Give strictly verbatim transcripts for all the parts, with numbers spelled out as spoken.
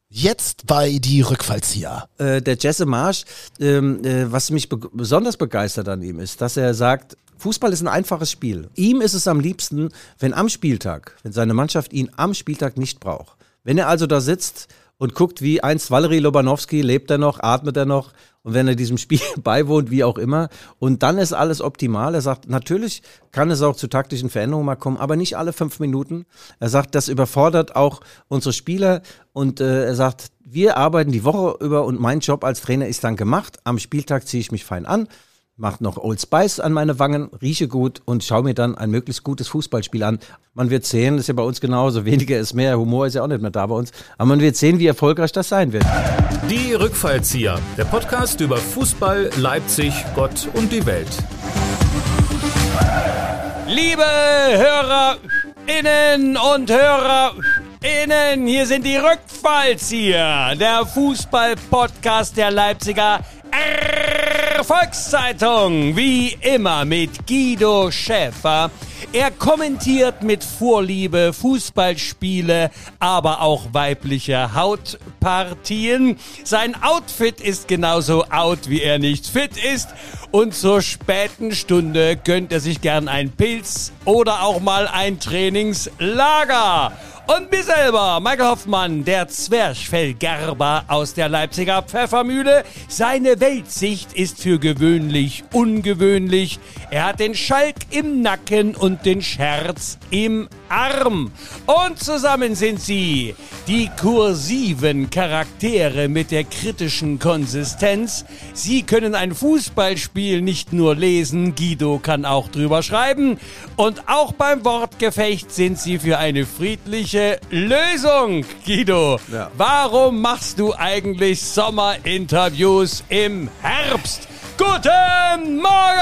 Jetzt bei die Rückfallzieher. Äh, der Jesse Marsch, ähm, äh, was mich be- besonders begeistert an ihm ist, dass er sagt, Fußball ist ein einfaches Spiel. Ihm ist es am liebsten, wenn am Spieltag, wenn seine Mannschaft ihn am Spieltag nicht braucht. Wenn er also da sitzt und guckt, wie einst Valery Lobanowski, lebt er noch, atmet er noch, und wenn er diesem Spiel beiwohnt, wie auch immer, und dann ist alles optimal. Er sagt, natürlich kann es auch zu taktischen Veränderungen mal kommen, aber nicht alle fünf Minuten. Er sagt, das überfordert auch unsere Spieler, und äh, er sagt, wir arbeiten die Woche über und mein Job als Trainer ist dann gemacht. Am Spieltag ziehe ich mich fein an, mache noch Old Spice an meine Wangen, rieche gut und schaue mir dann ein möglichst gutes Fußballspiel an. Man wird sehen, das ist ja bei uns genauso, weniger ist mehr, Humor ist ja auch nicht mehr da bei uns, aber man wird sehen, wie erfolgreich das sein wird. Die Rückfallzieher, der Podcast über Fußball, Leipzig, Gott und die Welt. Liebe HörerInnen und HörerInnen, hier sind die Rückfallzieher, der Fußball-Podcast der Leipziger Volkszeitung, wie immer mit Guido Schäfer. Er kommentiert mit Vorliebe Fußballspiele, aber auch weibliche Hautpartien. Sein Outfit ist genauso out, wie er nicht fit ist. Und zur späten Stunde gönnt er sich gern einen Pilz oder auch mal ein Trainingslager. Und mir selber, Michael Hoffmann, der Zwerchfellgerber aus der Leipziger Pfeffermühle. Seine Weltsicht ist für gewöhnlich ungewöhnlich. Er hat den Schalk im Nacken und den Scherz im Arm. Und zusammen sind sie die kursiven Charaktere mit der kritischen Konsistenz. Sie können ein Fußballspiel nicht nur lesen, Guido kann auch drüber schreiben. Und auch beim Wortgefecht sind sie für eine friedliche Lösung, Guido. Ja. Warum machst du eigentlich Sommerinterviews im Herbst? Guten Morgen!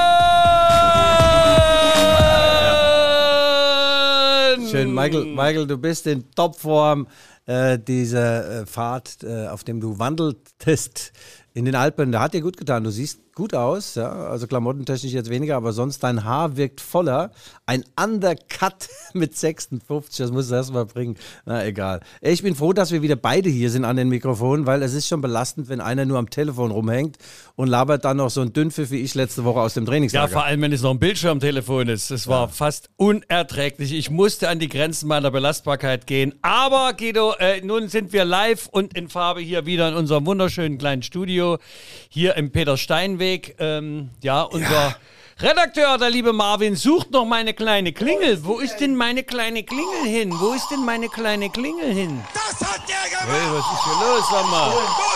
Schön, Michael, Michael, du bist in Topform äh, dieser äh, Fahrt, äh, auf dem du wandeltest in den Alpen. Da hat dir gut getan. Du siehst gut aus, ja, also klamottentechnisch jetzt weniger, aber sonst dein Haar wirkt voller. Ein Undercut mit sechsundfünfzig, das musst du erst mal bringen. Na, egal. Ich bin froh, dass wir wieder beide hier sind an den Mikrofonen, weil es ist schon belastend, wenn einer nur am Telefon rumhängt und labert dann noch so ein Dünnpfiff wie ich letzte Woche aus dem Trainingslager. Ja, vor allem, wenn es noch ein Bildschirmtelefon ist. Das war ja fast unerträglich. Ich musste an die Grenzen meiner Belastbarkeit gehen. Aber, Guido, äh, nun sind wir live und in Farbe hier wieder in unserem wunderschönen kleinen Studio, hier im Peter-Stein-Weg. Ähm, ja, unser ja. Redakteur, der liebe Marvin, sucht noch meine kleine Klingel. Wo ist denn meine kleine Klingel hin? Wo ist denn meine kleine Klingel hin? Das hat der gemacht! Hey, was ist hier los, sag mal?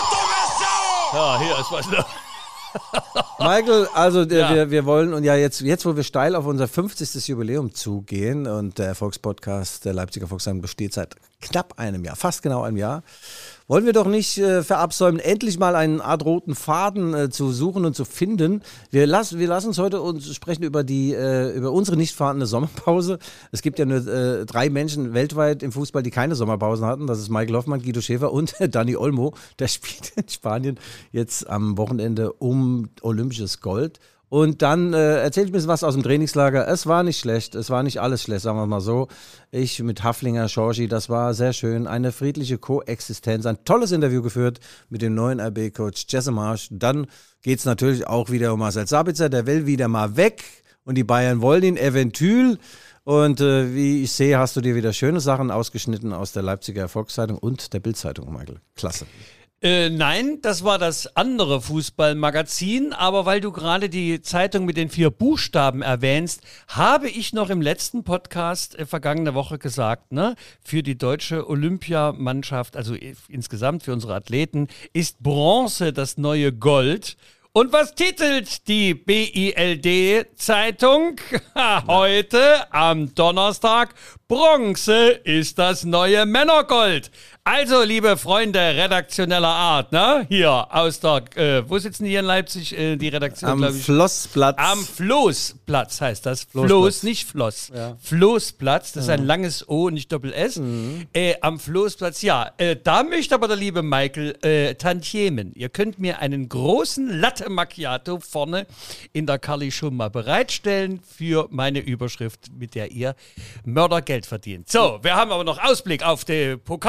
Ja, hier ist was los. Michael, also äh, ja. wir, wir wollen, und ja jetzt, jetzt, wo wir steil auf unser fünfzigstes Jubiläum zugehen und der Erfolgspodcast der Leipziger Volkszeitung besteht seit knapp einem Jahr, fast genau einem Jahr, wollen wir doch nicht äh, verabsäumen, endlich mal einen Art roten Faden äh, zu suchen und zu finden. Wir, lass, wir lassen uns heute uns sprechen über die äh, über unsere nicht vorhandene Sommerpause. Es gibt ja nur äh, drei Menschen weltweit im Fußball, die keine Sommerpausen hatten. Das ist Michael Hoffmann, Guido Schäfer und Dani Olmo. Der spielt in Spanien jetzt am Wochenende um olympisches Gold. Und dann äh, erzähle ich ein bisschen was aus dem Trainingslager. Es war nicht schlecht, es war nicht alles schlecht, sagen wir mal so. Ich mit Haflinger, Schorgi, das war sehr schön. Eine friedliche Koexistenz, ein tolles Interview geführt mit dem neuen R B-Coach Jesse Marsch. Dann geht es natürlich auch wieder um Marcel Sabitzer, der will wieder mal weg und die Bayern wollen ihn eventuell. Und äh, wie ich sehe, hast du dir wieder schöne Sachen ausgeschnitten aus der Leipziger Erfolgszeitung und der Bild-Zeitung, Michael. Klasse. Äh, nein, das war das andere Fußballmagazin, aber weil du gerade die Zeitung mit den vier Buchstaben erwähnst, habe ich noch im letzten Podcast äh, vergangene Woche gesagt, ne, für die deutsche Olympiamannschaft, also äh, insgesamt für unsere Athleten, ist Bronze das neue Gold. Und was titelt die B I L D-Zeitung heute am Donnerstag? Bronze ist das neue Männergold. Also, liebe Freunde redaktioneller Art, ne? Hier aus der, äh, wo sitzen die hier in Leipzig, äh, die Redaktion, Am glaube ich? Flossplatz. Am Floßplatz heißt das. Floßplatz. Floß, nicht Floss. Ja. Floßplatz, das Ja. ist ein langes O, nicht Doppel-S. Mhm. Äh, am Floßplatz, ja. Äh, da möchte aber der liebe Michael äh, Tantiemen. Ihr könnt mir einen großen Latte Macchiato vorne in der Carly schon mal bereitstellen für meine Überschrift, mit der ihr Mördergeld verdient. So, wir haben aber noch Ausblick auf die Pokal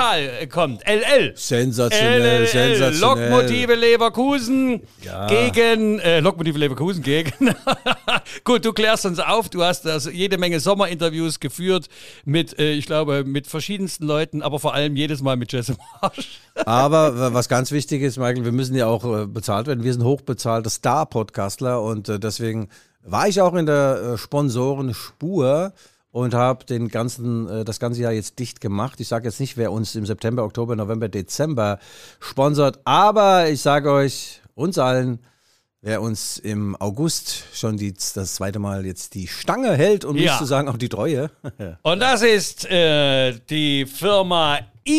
kommt. L L. Sensationell, L L, sensationell. Lokmotive Leverkusen Ja. gegen, äh, Lokmotive Leverkusen gegen. Gut, du klärst uns auf. Du hast also jede Menge Sommerinterviews geführt mit, äh, ich glaube, mit verschiedensten Leuten, aber vor allem jedes Mal mit Jesse Marsch. Aber was ganz wichtig ist, Michael, wir müssen ja auch äh, bezahlt werden. Wir sind hochbezahlte Star-Podcastler und äh, deswegen war ich auch in der äh, Sponsorenspur und habe den ganzen, äh, das ganze Jahr jetzt dicht gemacht. Ich sage jetzt nicht, wer uns im September, Oktober, November, Dezember sponsert, aber ich sage euch, uns allen, wer uns im August schon die, das zweite Mal jetzt die Stange hält und Ja. nicht zu sagen auch die Treue. Und das ist äh, die Firma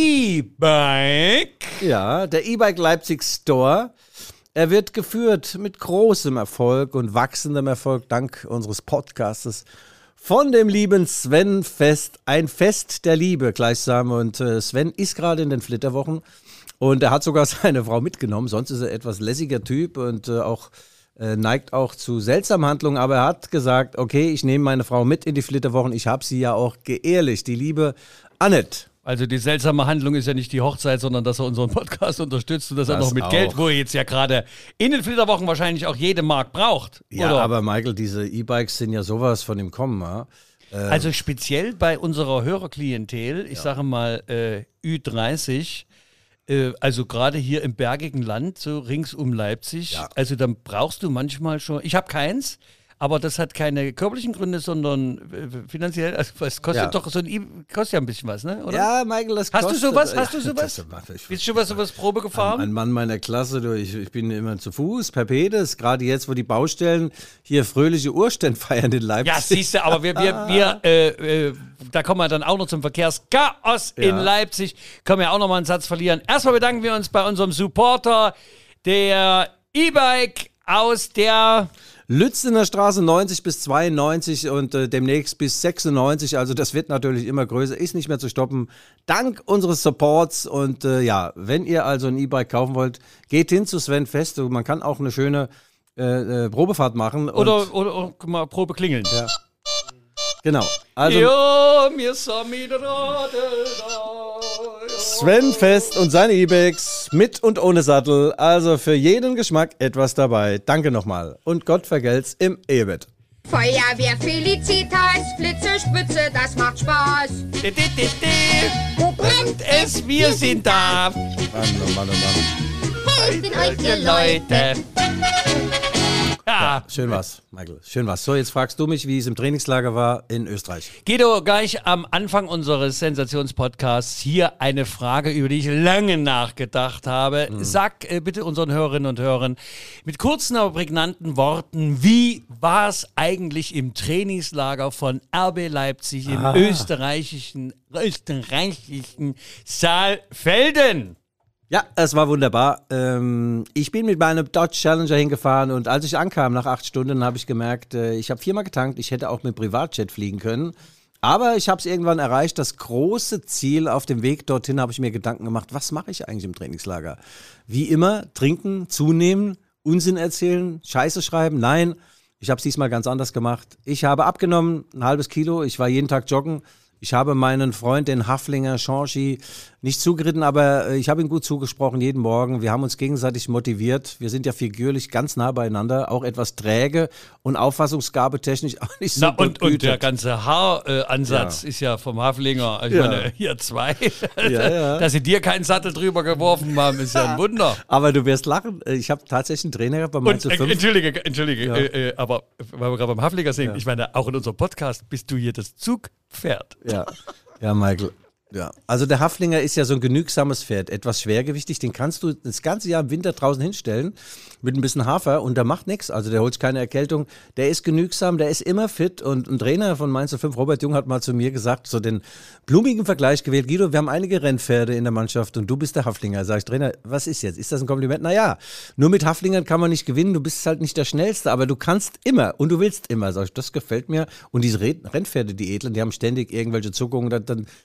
E-Bike. Ja, der E-Bike Leipzig Store. Er wird geführt mit großem Erfolg und wachsendem Erfolg dank unseres Podcastes von dem lieben Sven Fest. Ein Fest der Liebe gleichsam. Und äh, Sven ist gerade in den Flitterwochen und er hat sogar seine Frau mitgenommen. Sonst ist er etwas lässiger Typ und äh, auch äh, neigt auch zu seltsamen Handlungen. Aber er hat gesagt, okay, ich nehme meine Frau mit in die Flitterwochen. Ich habe sie ja auch geehrlicht, die liebe Annette. Also die seltsame Handlung ist ja nicht die Hochzeit, sondern dass er unseren Podcast unterstützt und das, Das auch noch mit auch. Geld, wo er jetzt ja gerade in den Flitterwochen wahrscheinlich auch jede Mark braucht. Ja, oder? aber Michael, diese E-Bikes sind ja sowas von im Kommen. Ja? Also speziell bei unserer Hörerklientel, ich sage mal äh, Ü dreißig, äh, also gerade hier im bergigen Land, so rings um Leipzig, Ja. also dann brauchst du manchmal schon, ich habe keins, aber das hat keine körperlichen Gründe, sondern äh, finanziell, also es kostet Ja. doch so ein E, kostet ja ein bisschen was, ne? Oder? Ja, Michael, das Hast du kostet, sowas? Hast du Ja, sowas? das- ich- Bist du schon was sowas Probe gefahren? Ein Mann meiner Klasse, du, ich, ich bin immer zu Fuß, per Pedes, gerade jetzt, wo die Baustellen hier fröhliche Urstände feiern in Leipzig. Ja, siehst du, aber wir, wir, wir äh, äh, da kommen wir dann auch noch zum Verkehrschaos in Ja. Leipzig. Können wir auch noch mal einen Satz verlieren. Erstmal bedanken wir uns bei unserem Supporter, der E-Bike aus der... Lützener Straße neunzig bis zweiundneunzig und äh, demnächst bis sechsundneunzig, also das wird natürlich immer größer, ist nicht mehr zu stoppen, dank unseres Supports und äh, ja, wenn ihr also ein E-Bike kaufen wollt, geht hin zu Sven Fest, man kann auch eine schöne äh, äh, Probefahrt machen. Und, Oder, oder, oder mal Probe klingeln. Ja. Genau, also Ja, mir sind mit Radl da. Sven Fest und seine E-Bikes mit und ohne Sattel, also für jeden Geschmack etwas dabei. Danke nochmal und Gott vergelt's im Ehebett. Feuerwehr Felicitas, Flitze, Spritze, das macht Spaß. Di, di, di, di. Wo brennt Es, wir sind da. Mann, oh Mann, oh Mann. Helfen euch, ihr Leute. Ja. Schön was, Michael. Schön was. So, jetzt fragst du mich, wie es im Trainingslager war in Österreich. Guido, gleich am Anfang unseres Sensationspodcasts hier eine Frage, über die ich lange nachgedacht habe. Sag äh, bitte unseren Hörerinnen und Hörern mit kurzen, aber prägnanten Worten, wie war es eigentlich im Trainingslager von R B Leipzig im österreichischen, österreichischen Saalfelden? Ja, es war wunderbar. Ähm, ich bin mit meinem Dodge Challenger hingefahren und als ich ankam nach acht Stunden, habe ich gemerkt, äh, ich habe viermal getankt, ich hätte auch mit Privatjet fliegen können. Aber ich habe es irgendwann erreicht, das große Ziel. Auf dem Weg dorthin habe ich mir Gedanken gemacht, was mache ich eigentlich im Trainingslager? Wie immer, trinken, zunehmen, Unsinn erzählen, Scheiße schreiben? Nein, ich habe es diesmal ganz anders gemacht. Ich habe abgenommen, ein halbes Kilo, ich war jeden Tag joggen. Ich habe meinen Freund, den Haflinger Chonchi, nicht zugeritten, aber ich habe ihm gut zugesprochen jeden Morgen. Wir haben uns gegenseitig motiviert. Wir sind ja figürlich ganz nah beieinander, auch etwas träge und auffassungsgabetechnisch auch nicht so Na, gut und, und der behütet. ganze Haaransatz Ja. ist ja vom Haflinger, ich Ja. meine, hier zwei. Ja, ja. Dass sie dir keinen Sattel drüber geworfen haben, ist ja ein Wunder. Aber du wirst lachen. Ich habe tatsächlich einen Trainer gehabt bei Mainz Und, äh, fünf. entschuldige, entschuldige, Ja. äh, äh, aber weil wir gerade beim Haflinger sind, ich meine, auch in unserem Podcast bist du hier das Zugpferd. Ja, ja, Michael. Ja, also der Haflinger ist ja so ein genügsames Pferd, etwas schwergewichtig, den kannst du das ganze Jahr im Winter draußen hinstellen mit ein bisschen Hafer und der macht nichts, also der holt sich keine Erkältung, der ist genügsam, der ist immer fit und ein Trainer von Mainz fünf, Robert Jung, hat mal zu mir gesagt, so den blumigen Vergleich gewählt, Guido, wir haben einige Rennpferde in der Mannschaft und du bist der Haflinger. Sag ich, Trainer, was ist jetzt? Ist das ein Kompliment? Naja, nur mit Haflingern kann man nicht gewinnen, du bist halt nicht der Schnellste, aber du kannst immer und du willst immer. Sag ich, das gefällt mir und diese Red- Rennpferde, die Edlen, die haben ständig irgendwelche Zuckungen, dann, dann zieht's mal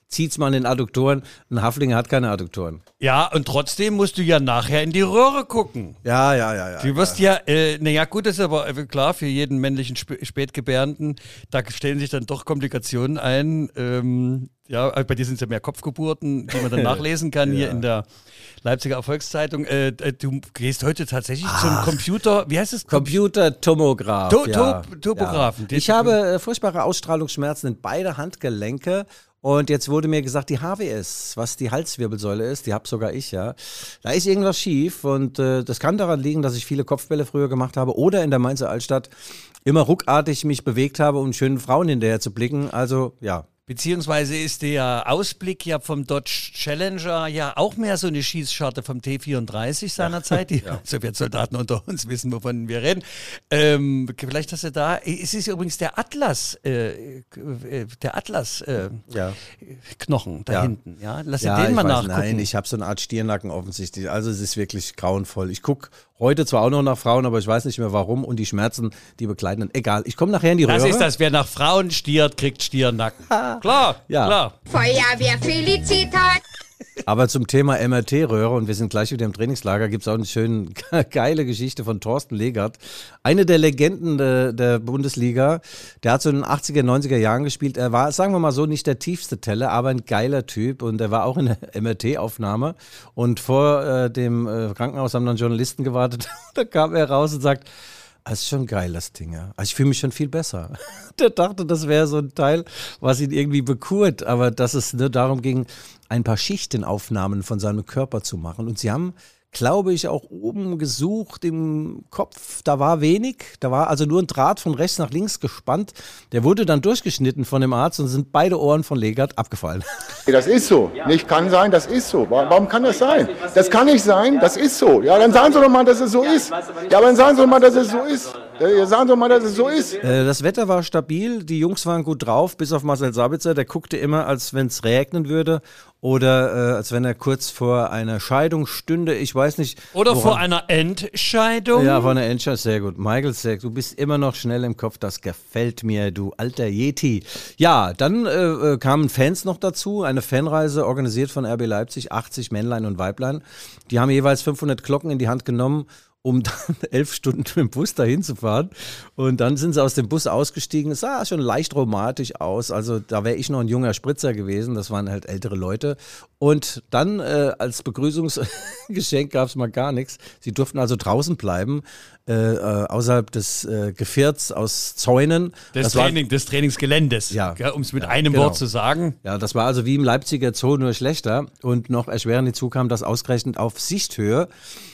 an den Adduktoren. Ein Haflinger hat keine Adduktoren. Ja, und trotzdem musst du ja nachher in die Röhre gucken. Ja, ja, ja. ja du wirst ja, ja äh, naja gut, das ist aber äh, klar für jeden männlichen Sp- Spätgebärenden, da stellen sich dann doch Komplikationen ein. Ähm, ja, bei dir sind es ja mehr Kopfgeburten, die man dann nachlesen kann ja. hier in der Leipziger Erfolgszeitung. Äh, du gehst heute tatsächlich Ach. zum Computer, wie heißt es? Computertomograph. To- ja. to- Tomographen. Ja. Ich habe äh, furchtbare Ausstrahlungsschmerzen in beide Handgelenke. Und jetzt wurde mir gesagt, die H W S, was die Halswirbelsäule ist, die habe sogar ich, ja. Da ist irgendwas schief und äh, das kann daran liegen, dass ich viele Kopfbälle früher gemacht habe oder in der Mainzer Altstadt immer ruckartig mich bewegt habe, um schönen Frauen hinterher zu blicken. Also, ja. Beziehungsweise ist der Ausblick ja vom Dodge Challenger ja auch mehr so eine Schießscharte vom T vierunddreißig seinerzeit. Die ja. Sowjetsoldaten unter uns wissen, wovon wir reden. Ähm, vielleicht hast du da, es ist übrigens der Atlas, äh, der Atlas äh, ja. Knochen da ja. hinten. Ja? Lass ja, dir den mal weiß, nachgucken. Nein, ich habe so eine Art Stirnacken offensichtlich. Also es ist wirklich grauenvoll. Ich gucke heute zwar auch noch nach Frauen, aber ich weiß nicht mehr warum und die Schmerzen, die begleiten. Egal, ich komme nachher in die das Röhre. Das ist das, wer nach Frauen stiert, kriegt Stirnacken. Klar, ja. klar. Feuerwehr Felicitas. Aber zum Thema M R T-Röhre, und wir sind gleich wieder im Trainingslager, gibt es auch eine schöne, geile Geschichte von Thorsten Legert. Eine der Legenden de, der Bundesliga, der hat so in den achtziger, neunziger Jahren gespielt. Er war, sagen wir mal so, nicht der tiefste Teller, aber ein geiler Typ. Und er war auch in der M R T-Aufnahme. Und vor äh, dem äh, Krankenhaus haben dann Journalisten gewartet. Da kam er raus und sagt, das ist schon geil, das Ding, ja. Also ich fühle mich schon viel besser. Der dachte, das wäre so ein Teil, was ihn irgendwie bekurt, aber dass es nur darum ging, ein paar Schichtenaufnahmen von seinem Körper zu machen. Und sie haben, glaube ich, auch oben gesucht im Kopf. Da war wenig, da war also nur ein Draht von rechts nach links gespannt. Der wurde dann durchgeschnitten von dem Arzt und sind beide Ohren von Legert abgefallen. Das ist so. Nicht kann sein, das ist so. Warum kann das sein? Das kann nicht sein, das ist so. Ja, dann sagen Sie doch mal, dass es so ist. Ja, aber dann sagen Sie doch mal, dass es so ist. Ja, sagen Sie doch mal, dass es so ist. Äh, das Wetter war stabil, die Jungs waren gut drauf, bis auf Marcel Sabitzer. Der guckte immer, als wenn es regnen würde oder äh, als wenn er kurz vor einer Scheidung stünde. Ich weiß nicht. Oder woran... vor einer Entscheidung. Ja, vor einer Entscheidung. Sehr gut. Michael Seck, du bist immer noch schnell im Kopf. Das gefällt mir, du alter Yeti. Ja, dann äh, kamen Fans noch dazu. Eine Fanreise organisiert von R B Leipzig. achtzig Männlein und Weiblein. Die haben jeweils fünfhundert Glocken in die Hand genommen, um dann elf Stunden mit dem Bus dahin zu fahren. Und dann sind sie aus dem Bus ausgestiegen. Es sah schon leicht romantisch aus. Also da wäre ich noch ein junger Spritzer gewesen. Das waren halt ältere Leute. Und dann äh, als Begrüßungsgeschenk gab es mal gar nichts. Sie durften also draußen bleiben, äh, äh, außerhalb des äh, Gevierts aus Zäunen. Des, das Training, war, des Trainingsgeländes, ja, um es mit ja, einem genau. Wort zu sagen. Ja, das war also wie im Leipziger Zoo, nur schlechter. Und noch erschwerend hinzu kam, dass ausgerechnet auf Sichthöhe,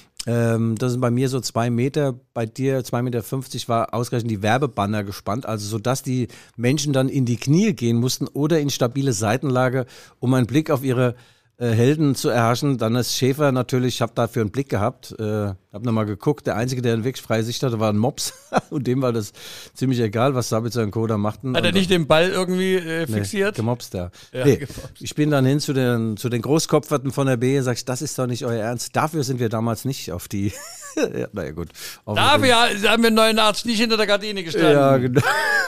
Ähm, das sind bei mir so zwei Meter, bei dir zwei Meter fünfzig war ausgerechnet die Werbebanner gespannt, also sodass die Menschen dann in die Knie gehen mussten oder in stabile Seitenlage, um einen Blick auf ihre äh, Helden zu erhaschen. Dann ist Schäfer natürlich, ich habe dafür einen Blick gehabt, äh, habe nochmal geguckt, der Einzige, der wirklich freie Sicht hatte, war ein Mops und dem war das ziemlich egal, was Sabitzer und Co. da machten. Hat er nicht den Ball irgendwie äh, fixiert? Nee, gemobst, ja. ja nee, gemobst. Ich bin dann hin zu den, zu den Großkopferten von der B, sag ich, das ist doch nicht euer Ernst. Dafür sind wir damals nicht auf die... ja, naja, gut. Dafür haben wir neunundachtzig nicht hinter der Gardine gestanden. Ja, genau.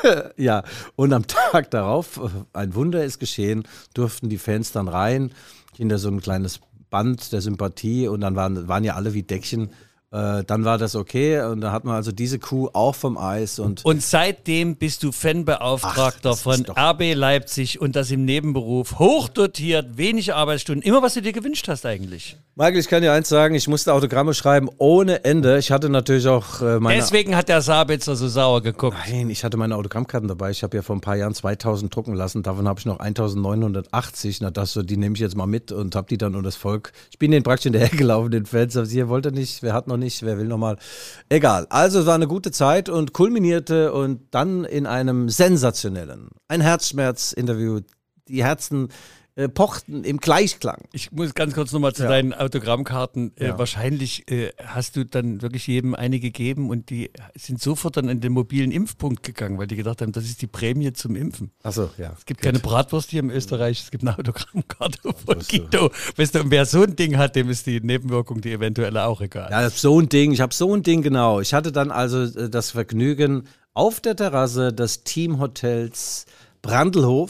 Ja, und am Tag darauf, ein Wunder ist geschehen, durften die Fans dann rein, hinter so ein kleines Band der Sympathie und dann waren, waren ja alle wie Deckchen. Äh, dann war das okay und da hat man also diese Kuh auch vom Eis. Und, und seitdem bist du Fanbeauftragter Ach, von R B Leipzig und das im Nebenberuf. Hochdotiert, wenig Arbeitsstunden. Immer, was du dir gewünscht hast eigentlich. Michael, ich kann dir eins sagen, ich musste Autogramme schreiben ohne Ende. Ich hatte natürlich auch äh, meine... Deswegen hat der Sabitzer so sauer geguckt. Nein, ich hatte meine Autogrammkarten dabei. Ich habe ja vor ein paar Jahren zweitausend drucken lassen. Davon habe ich noch eintausendneunhundertachtzig. Na, das so, die nehme ich jetzt mal mit und habe die dann unter das Volk. Ich bin denen praktisch hinterhergelaufen, den Fans. Aber sie wollte nicht, wer hat noch nicht, wer will noch mal. Egal. Also es war eine gute Zeit und kulminierte und dann in einem sensationellen, ein Herzschmerz-Interview. Die Herzen äh, pochten im Gleichklang. Ich muss ganz kurz nochmal zu ja. deinen Autogrammkarten. Äh, ja. Wahrscheinlich äh, hast du dann wirklich jedem eine gegeben und die sind sofort dann in den mobilen Impfpunkt gegangen, weil die gedacht haben, das ist die Prämie zum Impfen. Achso, ja. Es gibt Gut. keine Bratwurst hier im Österreich, es gibt eine Autogrammkarte von Guido. Weißt du, und wer so ein Ding hat, dem ist die Nebenwirkung, die eventuelle, auch egal. Ja, so ein Ding, ich habe so ein Ding, genau. Ich hatte dann also äh, das Vergnügen, auf der Terrasse des Teamhotels Brandelhof,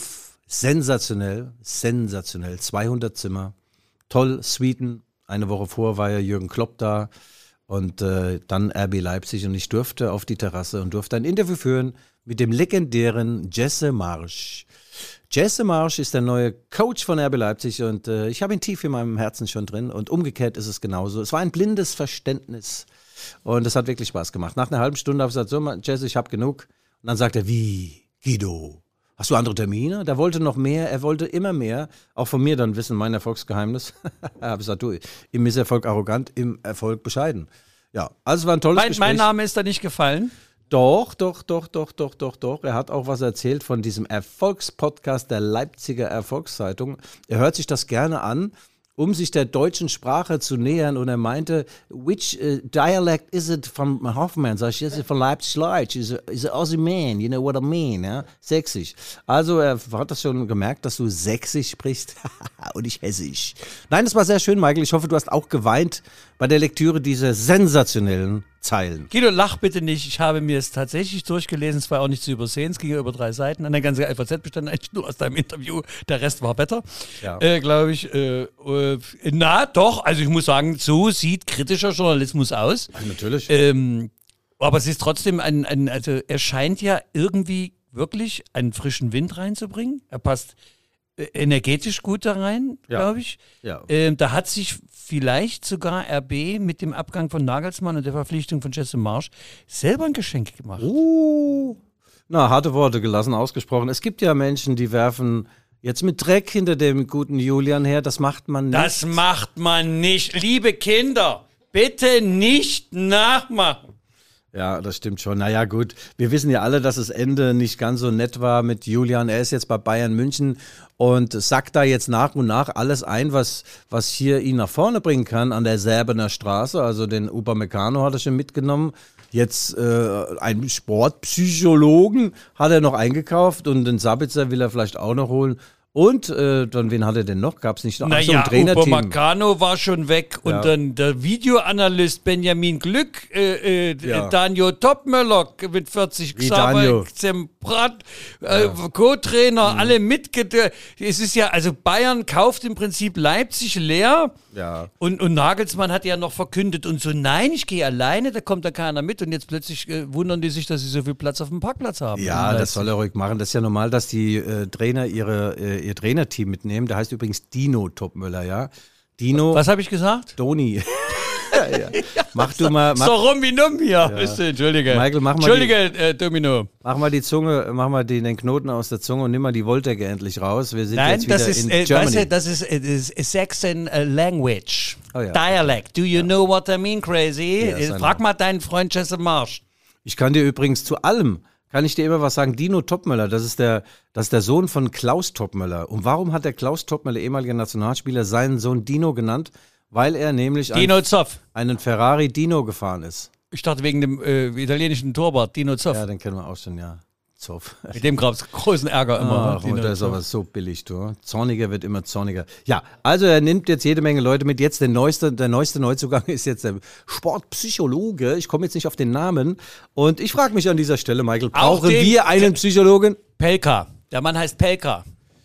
sensationell, sensationell, zweihundert Zimmer, toll, Suiten, eine Woche vor war ja Jürgen Klopp da und äh, dann R B Leipzig und ich durfte auf die Terrasse und durfte ein Interview führen mit dem legendären Jesse Marsch. Jesse Marsch ist der neue Coach von R B Leipzig und äh, ich habe ihn tief in meinem Herzen schon drin und umgekehrt ist es genauso. Es war ein blindes Verständnis und es hat wirklich Spaß gemacht. Nach einer halben Stunde habe ich gesagt, so Jesse, ich habe genug. Und dann sagt er, wie, Guido, hast du andere Termine? Der wollte noch mehr, er wollte immer mehr. Auch von mir dann wissen, mein Erfolgsgeheimnis. Ich habe gesagt, du, im Misserfolg arrogant, im Erfolg bescheiden. Ja, also es war ein tolles Mein, Gespräch. mein Name ist da nicht gefallen. Doch, doch, doch, doch, doch, doch, doch. Er hat auch was erzählt von diesem Erfolgspodcast der Leipziger Erfolgszeitung. Er hört sich das gerne an, um sich der deutschen Sprache zu nähern. Und er meinte, which uh, dialect is it from Hoffmann? Sag ich, yes, von Leipzig-Leipzig. Is a, is a Aussie man, you know what I mean? Ja? Sächsisch. Also er hat das schon gemerkt, dass du Sächsisch sprichst und ich Hessisch. Nein, das war sehr schön, Michael. Ich hoffe, du hast auch geweint bei der Lektüre dieser sensationellen Zeilen. Guido, lach bitte nicht. Ich habe mir es tatsächlich durchgelesen. Es war auch nicht zu übersehen. Es ging ja über drei Seiten. An der ganzen L V Z bestand eigentlich nur aus deinem Interview. Der Rest war Wetter, Ja. äh, glaube ich. Äh, äh, na, doch. Also ich muss sagen, so sieht kritischer Journalismus aus. Natürlich. Ähm, aber es ist trotzdem ein, ein, also er scheint ja irgendwie wirklich einen frischen Wind reinzubringen. Er passt äh, energetisch gut da rein, Ja. glaube ich. Ja. Ähm, da hat sich vielleicht sogar R B mit dem Abgang von Nagelsmann und der Verpflichtung von Jesse Marsch selber ein Geschenk gemacht. Uh, na, harte Worte gelassen, ausgesprochen. Es gibt ja Menschen, die werfen jetzt mit Dreck hinter dem guten Julian her. Das macht man nicht. Das macht man nicht. Liebe Kinder, bitte nicht nachmachen. Ja, das stimmt schon. Naja, gut. Wir wissen ja alle, dass das Ende nicht ganz so nett war mit Julian. Er ist jetzt bei Bayern München und sackt da jetzt nach und nach alles ein, was, was hier ihn nach vorne bringen kann an der Säbener Straße. Also den Upamecano hat er schon mitgenommen. Jetzt äh, einen Sportpsychologen hat er noch eingekauft und den Sabitzer will er vielleicht auch noch holen. Und äh, dann, wen hat er denn noch? Gab es nicht noch? Ach, so ein Naja, Trainerteam. Upamecano war schon weg und Ja. dann der Videoanalyst Benjamin Glück, äh, äh, Ja. Danjo Topmöller mit vierzig, Wie Danjo. Xaver Zemprat, äh, Co-Trainer, alle mitgedreht. Es ist ja, also Bayern kauft im Prinzip Leipzig leer. Ja. Und, und Nagelsmann hat ja noch verkündet und so, nein, ich gehe alleine, da kommt da keiner mit. Und jetzt plötzlich äh, wundern die sich, dass sie so viel Platz auf dem Parkplatz haben. Ja, In das soll er ruhig machen. Das ist ja normal, dass die äh, Trainer ihre, äh, ihr Trainerteam mitnehmen. Der heißt übrigens Dino Topmöller, ja. Dino, Was habe ich gesagt? Doni. ja, ja. Mach du mal, So mach, rum wie numm hier. Wisst ihr, Entschuldige. Michael, mach mal Entschuldige, äh, Domino. mach mal die Zunge, mach mal die, den Knoten aus der Zunge und nimm mal die Wolldecke endlich raus. Wir sind Nein, jetzt wieder das ist, in äh, Germany. weißt du, das ist, äh, das ist Saxon äh, Language. Oh ja. Dialect. Do you know what I mean, crazy? Ja, ist Äh, ein- Frag mal deinen Freund Jesse Marsch. Ich kann dir übrigens zu allem, kann ich dir immer was sagen, Dino Topmöller, das ist der, das ist der Sohn von Klaus Topmöller. Und warum hat der Klaus Topmöller, ehemaliger Nationalspieler, seinen Sohn Dino genannt? Weil er nämlich Dino einen, Zoff. einen Ferrari Dino gefahren ist. Ich dachte wegen dem äh, italienischen Torwart, Dino Zoff. Ja, den kennen wir auch schon, ja. Zoff. Mit dem gab es großen Ärger immer. Ach, Dino und der ist Zoff. aber so billig, du. Zorniger wird immer zorniger. Ja, also er nimmt jetzt jede Menge Leute mit. Jetzt der neueste, der neueste Neuzugang ist jetzt der Sportpsychologe. Ich komme jetzt nicht auf den Namen. Und ich frage mich an dieser Stelle, Michael, Auch brauchen den- wir einen Psychologen? Pelka. Der Mann heißt Pelka.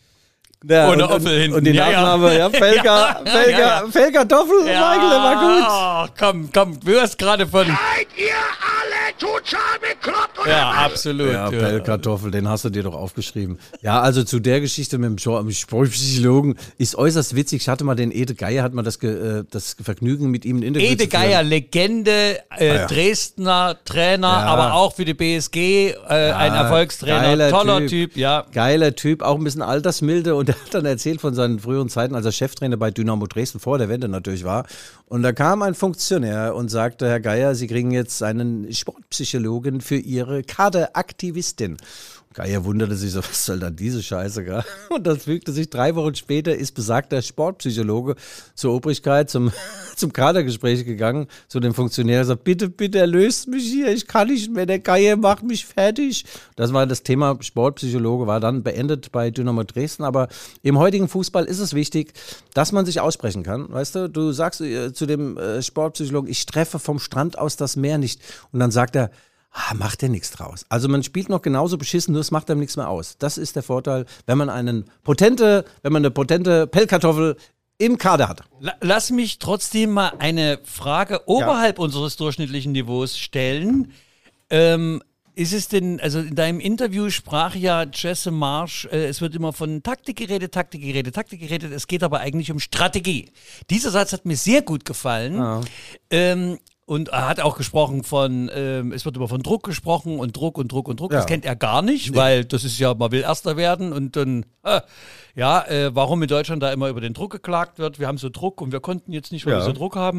Ja, Ohne und, Offel und, hinten. und den Ja, ja. Nachname, ja, Felka, Ja, Felka, ja, ja. Felka Toffel, Michael, der war gut. Ah, komm, komm, du hast gerade von... Seid ihr alle total bekloppt oder Ja, was? absolut. Ja, Pellkartoffel, den hast du dir doch aufgeschrieben. Ja, also zu der Geschichte mit dem Sport- mit dem Sportpsychologen ist äußerst witzig. Ich hatte mal den Ede Geier, hat mal das, Ge- äh, das Vergnügen mit ihm ein Interview Ede zu führen. Geier, Legende, äh, ja. Dresdner Trainer, Ja. aber auch für die B S G äh, ein Erfolgstrainer, geiler toller Typ. typ. ja. Geiler Typ, auch ein bisschen altersmilde und er hat dann erzählt von seinen früheren Zeiten, als er Cheftrainer bei Dynamo Dresden vor der Wende natürlich war. Und da kam ein Funktionär und sagte, Herr Geier, Sie kriegen jetzt einen Sportpsychologen für Ihre Kaderaktivistin. Geier wunderte sich so, was soll dann diese Scheiße, gell? Und das fügte sich, drei Wochen später ist besagter Sportpsychologe zur Obrigkeit, zum, zum Kadergespräch gegangen, zu dem Funktionär, und sagt, bitte, bitte erlöst mich hier, ich kann nicht mehr, der Geier macht mich fertig. Das war das Thema Sportpsychologe, war dann beendet bei Dynamo Dresden, aber im heutigen Fußball ist es wichtig, dass man sich aussprechen kann, weißt du, du sagst äh, zu dem äh, Sportpsychologen, ich treffe vom Strand aus das Meer nicht und dann sagt er, ah, macht ja nichts draus. Also man spielt noch genauso beschissen, nur es macht einem nichts mehr aus. Das ist der Vorteil, wenn man einen potente, wenn man eine potente Pellkartoffel im Kader hat. Lass mich trotzdem mal eine Frage oberhalb ja. unseres durchschnittlichen Niveaus stellen. Ähm, ist es denn, also in deinem Interview sprach ja Jesse Marsch, äh, es wird immer von Taktik geredet, Taktik geredet, Taktik geredet, es geht aber eigentlich um Strategie. Dieser Satz hat mir sehr gut gefallen. Ja. Ähm, und er hat auch gesprochen von, ähm, es wird immer von Druck gesprochen und Druck und Druck und Druck. Ja. Das kennt er gar nicht, nee. weil das ist ja, man will Erster werden und dann, äh, ja, äh, warum in Deutschland da immer über den Druck geklagt wird. Wir haben so Druck und wir konnten jetzt nicht, weil ja. wir so Druck haben.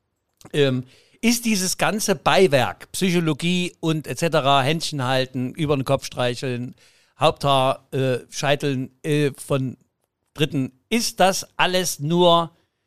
Ähm, ist dieses ganze Beiwerk, Psychologie und et cetera, Händchen halten, über den Kopf streicheln, Haupthaar äh, scheiteln äh, von Dritten, ist das alles nur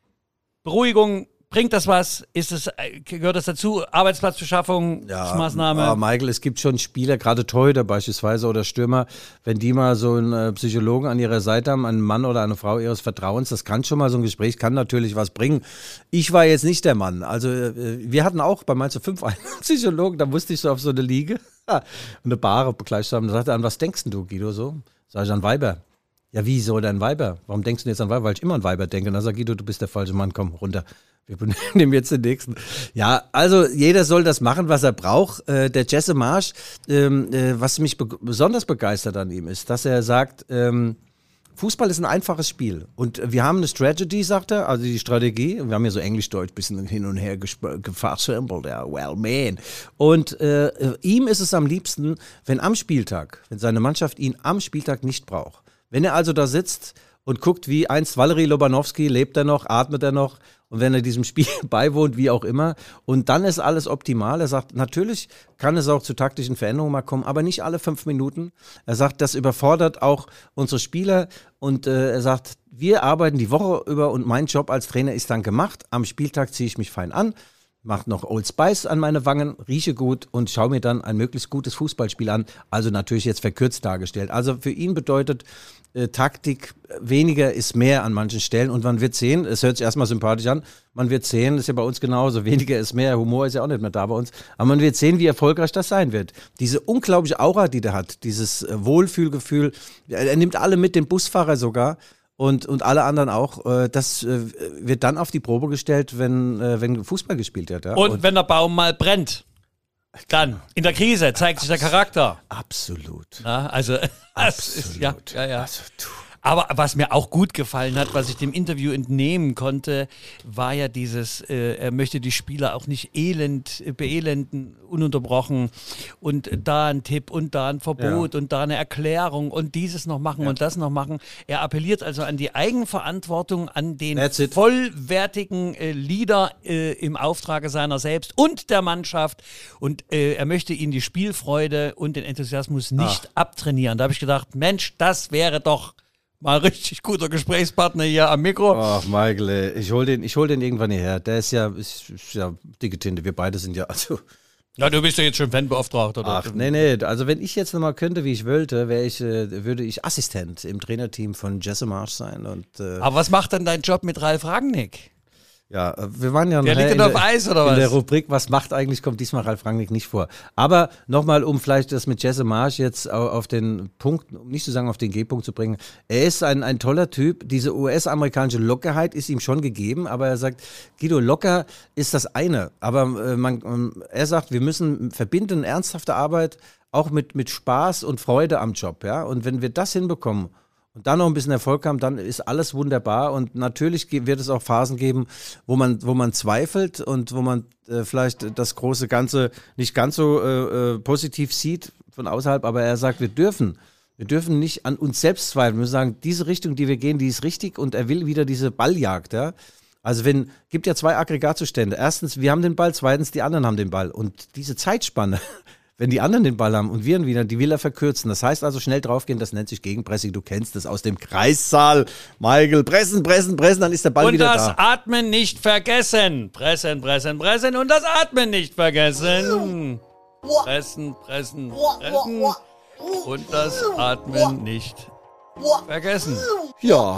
Beruhigung? Bringt das was? Ist es, gehört das dazu? Arbeitsplatzbeschaffung, ja, Maßnahme? Ja, Michael, es gibt schon Spieler, gerade Torhüter beispielsweise oder Stürmer, wenn die mal so einen äh, Psychologen an ihrer Seite haben, einen Mann oder eine Frau ihres Vertrauens, das kann schon mal so ein Gespräch, kann natürlich was bringen. Ich war jetzt nicht der Mann. Also äh, wir hatten auch bei Mainz fünf einen Psychologen, da musste ich so auf so eine Liege und eine Bar begleitet haben. Da sagte er, an was denkst du, Guido? So, sag ich, an Weiber. Ja, wie soll denn Weiber? Warum denkst du jetzt an Weiber? Weil ich immer an Weiber denke. Und dann sagt Guido, du bist der falsche Mann, komm runter. Wir nehmen jetzt den nächsten. Ja, also jeder soll das machen, was er braucht. Äh, der Jesse Marsch, ähm, äh, was mich be- besonders begeistert an ihm ist, dass er sagt, ähm, Fußball ist ein einfaches Spiel. Und wir haben eine Strategy, sagt er, also die Strategie. Wir haben ja so Englisch-Deutsch ein bisschen hin und her gesp- gefachsimpelt, ja, well, man. Und äh, ihm ist es am liebsten, wenn am Spieltag, wenn seine Mannschaft ihn am Spieltag nicht braucht. Wenn er also da sitzt und guckt, wie einst Valery Lobanowski, lebt er noch, atmet er noch, und wenn er diesem Spiel beiwohnt, wie auch immer, und dann ist alles optimal. Er sagt, natürlich kann es auch zu taktischen Veränderungen mal kommen, aber nicht alle fünf Minuten. Er sagt, das überfordert auch unsere Spieler, und äh, er sagt, wir arbeiten die Woche über und mein Job als Trainer ist dann gemacht. Am Spieltag ziehe ich mich fein an, mache noch Old Spice an meine Wangen, rieche gut und schaue mir dann ein möglichst gutes Fußballspiel an. Also natürlich jetzt verkürzt dargestellt. Also für ihn bedeutet äh, Taktik, weniger ist mehr an manchen Stellen, und man wird sehen, es hört sich erstmal sympathisch an, man wird sehen, das ist ja bei uns genauso, weniger ist mehr, Humor ist ja auch nicht mehr da bei uns, aber man wird sehen, wie erfolgreich das sein wird. Diese unglaubliche Aura, die der hat, dieses äh, Wohlfühlgefühl, er nimmt alle mit, den Busfahrer sogar, Und, und alle anderen auch, äh, das äh, wird dann auf die Probe gestellt, wenn, äh, wenn Fußball gespielt wird. Ja? Und, und wenn der Baum mal brennt, dann in der Krise zeigt sich der Charakter. Absolut. Na, also, Absolut. Ist, ja, ja, ja. Also, du. Aber was mir auch gut gefallen hat, was ich dem Interview entnehmen konnte, war ja dieses, äh, er möchte die Spieler auch nicht elend, beelenden, ununterbrochen, und da ein Tipp und da ein Verbot ja. und da eine Erklärung und dieses noch machen ja. und das noch machen. Er appelliert also an die Eigenverantwortung, an den vollwertigen äh, Leader äh, im Auftrage seiner selbst und der Mannschaft, und äh, er möchte ihnen die Spielfreude und den Enthusiasmus nicht Ach. abtrainieren. Da habe ich gedacht, Mensch, das wäre doch mal richtig guter Gesprächspartner hier am Mikro. Ach, Michael, ich hol den, ich hol den irgendwann hierher. Der ist ja, ist, ist ja dicke Tinte. Wir beide sind ja, also. Ja, du bist ja jetzt schon Fanbeauftragter. Oder? Ach, nee, nee. Also wenn ich jetzt nochmal könnte, wie ich wollte, wäre ich, äh, würde ich Assistent im Trainerteam von Jesse Marsch sein. Und, äh, aber was macht denn dein Job mit Ralf Rangnick? Ja, wir waren ja der liegt in, auf Eis, oder in was? der Rubrik, was macht eigentlich, kommt diesmal Ralf Rangnick nicht vor. Aber nochmal, um vielleicht das mit Jesse Marsch jetzt auf den Punkt, um nicht zu sagen auf den G-Punkt zu bringen, er ist ein, ein toller Typ, diese U S-amerikanische Lockerheit ist ihm schon gegeben, aber er sagt, Guido, locker ist das eine, aber äh, man, er sagt, wir müssen verbinden ernsthafte Arbeit auch mit, mit Spaß und Freude am Job, ja, und wenn wir das hinbekommen und dann noch ein bisschen Erfolg haben, dann ist alles wunderbar. Und natürlich wird es auch Phasen geben, wo man, wo man zweifelt und wo man äh, vielleicht das große Ganze nicht ganz so äh, positiv sieht von außerhalb. Aber er sagt, wir dürfen, wir dürfen nicht an uns selbst zweifeln. Wir müssen sagen, diese Richtung, die wir gehen, die ist richtig, und er will wieder diese Balljagd. Ja? Also wenn, gibt ja zwei Aggregatzustände. Erstens, wir haben den Ball, zweitens, die anderen haben den Ball. Und diese Zeitspanne, wenn die anderen den Ball haben und wir ihn wieder, die will er verkürzen. Das heißt also schnell draufgehen, das nennt sich Gegenpressing. Du kennst das aus dem Kreissaal. Michael, pressen, pressen, pressen, dann ist der Ball und wieder da. Und das Atmen nicht vergessen. Pressen, pressen, pressen und das Atmen nicht vergessen. Pressen, pressen, pressen und das Atmen nicht vergessen. Ja,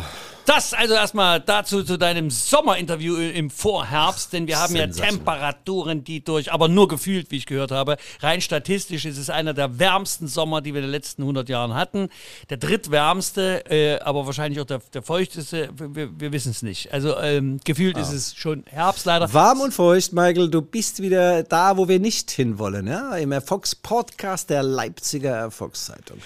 Das also erstmal dazu zu deinem Sommerinterview im Vorherbst, denn wir haben ja Temperaturen, die durch, aber nur gefühlt, wie ich gehört habe, rein statistisch ist es einer der wärmsten Sommer, die wir in den letzten hundert Jahren hatten. Der drittwärmste, äh, aber wahrscheinlich auch der, der feuchteste, wir, wir wissen es nicht. Also ähm, gefühlt ah. ist es schon Herbst leider. Warm und feucht, Michael, du bist wieder da, wo wir nicht hinwollen, ja? Im Erfolgspodcast der Leipziger Erfolgszeitung.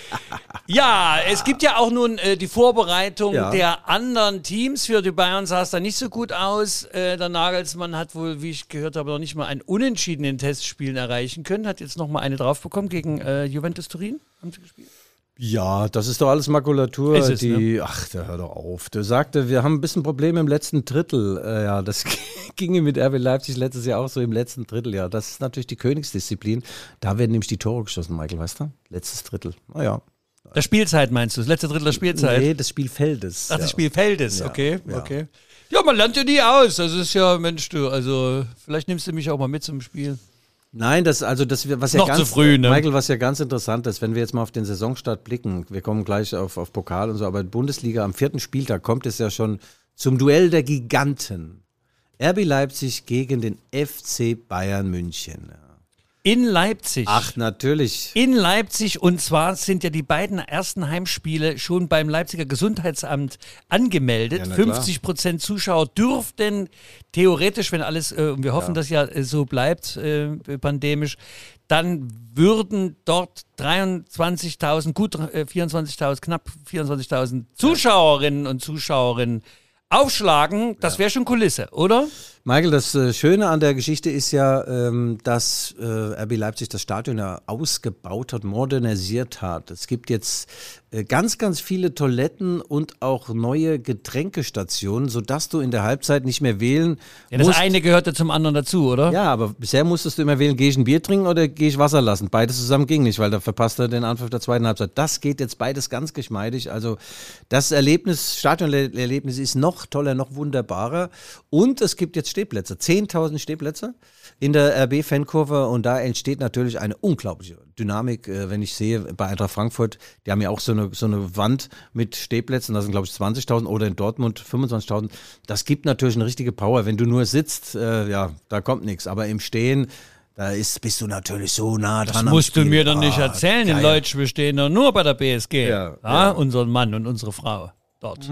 Ja, es gibt ja auch nun äh, die Vorbereitung Ja. der anderen Teams. Für die Bayern sah es da nicht so gut aus. Äh, der Nagelsmann hat wohl, wie ich gehört habe, noch nicht mal einen Unentschieden in Testspielen erreichen können. Hat jetzt noch mal eine draufbekommen gegen äh, Juventus Turin. Haben sie gespielt? Ja, das ist doch alles Makulatur, Ist es, die, ne? ach, der hör doch auf. Der sagte, wir haben ein bisschen Probleme im letzten Drittel. Äh, ja, das ging ihm mit R B Leipzig letztes Jahr auch so im letzten Drittel. Ja, das ist natürlich die Königsdisziplin. Da werden nämlich die Tore geschossen, Michael, weißt du? Letztes Drittel. Naja. Der Spielzeit meinst du? Das letzte Drittel der Spielzeit? Nee, des Spielfeldes. Ach, ja. des Spielfeldes, Ja, okay, ja. okay. Ja, man lernt ja nie aus. Das ist ja, Mensch, du, also vielleicht nimmst du mich auch mal mit zum Spiel. Nein, das, also das, was ja Noch ganz, zu früh, ne? Michael, was ja ganz interessant ist, wenn wir jetzt mal auf den Saisonstart blicken, wir kommen gleich auf, auf Pokal und so, aber Bundesliga am vierten Spieltag kommt es ja schon zum Duell der Giganten. R B Leipzig gegen den F C Bayern München. In Leipzig. Ach, natürlich. In Leipzig, und zwar sind ja die beiden ersten Heimspiele schon beim Leipziger Gesundheitsamt angemeldet. Ja, na klar. fünfzig Prozent Zuschauer dürften theoretisch, wenn alles, äh, und wir hoffen, Ja. dass ja äh, so bleibt, äh, pandemisch, dann würden dort dreiundzwanzigtausend, gut äh, vierundzwanzigtausend, knapp vierundzwanzigtausend Zuschauerinnen und Zuschauerinnen aufschlagen. Das wäre schon Kulisse, oder? Michael, das äh, Schöne an der Geschichte ist ja, ähm, dass äh, R B Leipzig das Stadion ja ausgebaut hat, modernisiert hat. Es gibt jetzt äh, ganz, ganz viele Toiletten und auch neue Getränkestationen, sodass du in der Halbzeit nicht mehr wählen Ja, das musst. eine gehörte zum anderen dazu, oder? Ja, aber bisher musstest du immer wählen, gehe ich ein Bier trinken oder gehe ich Wasser lassen. Beides zusammen ging nicht, weil da verpasst er den Anpfiff der zweiten Halbzeit. Das geht jetzt beides ganz geschmeidig. Also das Erlebnis, Stadionerlebnis ist noch toller, noch wunderbarer. Und es gibt jetzt Stehplätze, zehntausend Stehplätze in der R B-Fankurve und da entsteht natürlich eine unglaubliche Dynamik, äh, wenn ich sehe, bei Eintracht Frankfurt, die haben ja auch so eine, so eine Wand mit Stehplätzen, das sind glaube ich zwanzigtausend oder in Dortmund fünfundzwanzigtausend. Das gibt natürlich eine richtige Power, wenn du nur sitzt, äh, ja, da kommt nichts, aber im Stehen, da ist, bist du natürlich so nah dran. Das musst du mir doch nicht Ah, erzählen, in geil. Leutsch, wir stehen doch nur bei der B S G. Ja, Ja, ja. unseren Mann und unsere Frau dort.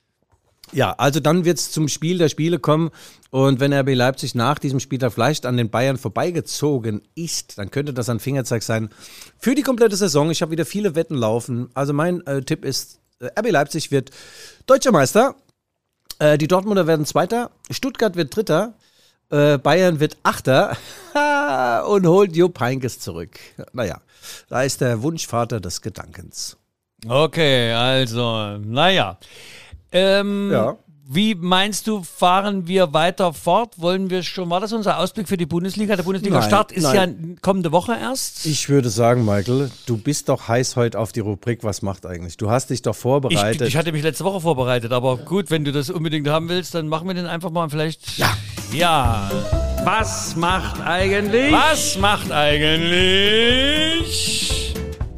Ja, also dann wird es zum Spiel der Spiele kommen und wenn R B Leipzig nach diesem Spieltag vielleicht an den Bayern vorbeigezogen ist, dann könnte das ein Fingerzeig sein für die komplette Saison. Ich habe wieder viele Wetten laufen. Also mein äh, Tipp ist, äh, R B Leipzig wird Deutscher Meister, äh, die Dortmunder werden Zweiter, Stuttgart wird Dritter, äh, Bayern wird Achter und holt Jupp Heynckes zurück. Naja, da ist der Wunschvater des Gedankens. Okay, also, naja. Ähm, Ja. Wie meinst du, fahren wir weiter fort? Wollen wir schon, war das unser Ausblick für die Bundesliga? Der Bundesliga-Start ist nein. ja kommende Woche erst. Ich würde sagen, Michael, du bist doch heiß heute auf die Rubrik, was macht eigentlich? Du hast dich doch Ich, vorbereitet. ich hatte mich letzte Woche vorbereitet, aber gut, wenn du das unbedingt haben willst, dann machen wir den einfach mal vielleicht. Ja. Ja. Was macht eigentlich? Was macht eigentlich?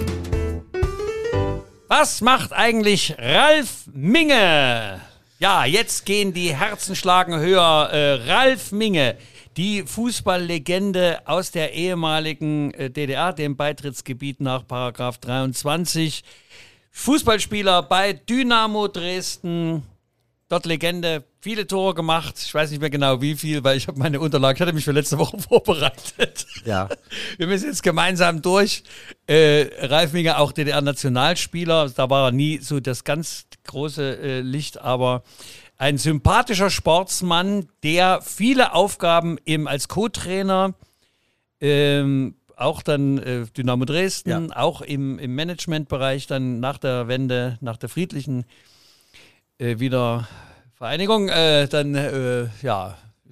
Was macht eigentlich Ralf Minge? Ja, jetzt gehen die Herzen schlagen höher. Äh, Ralf Minge, die Fußballlegende aus der ehemaligen äh, D D R, dem Beitrittsgebiet nach Paragraph dreiundzwanzig. Fußballspieler bei Dynamo Dresden. Dort Legende, viele Tore gemacht. Ich weiß nicht mehr genau wie viel, weil ich habe meine Unterlagen, ich hatte mich für letzte Woche vorbereitet. Ja. Wir müssen jetzt gemeinsam durch. Äh, Ralf Minge, auch D D R-Nationalspieler. Da war er nie so das ganz große äh, Licht, aber ein sympathischer Sportsmann, der viele Aufgaben eben als Co-Trainer, ähm, auch dann äh, Dynamo Dresden, Ja. auch im, im Managementbereich dann nach der Wende, nach der friedlichen äh, Wiedervereinigung, äh, dann äh, ja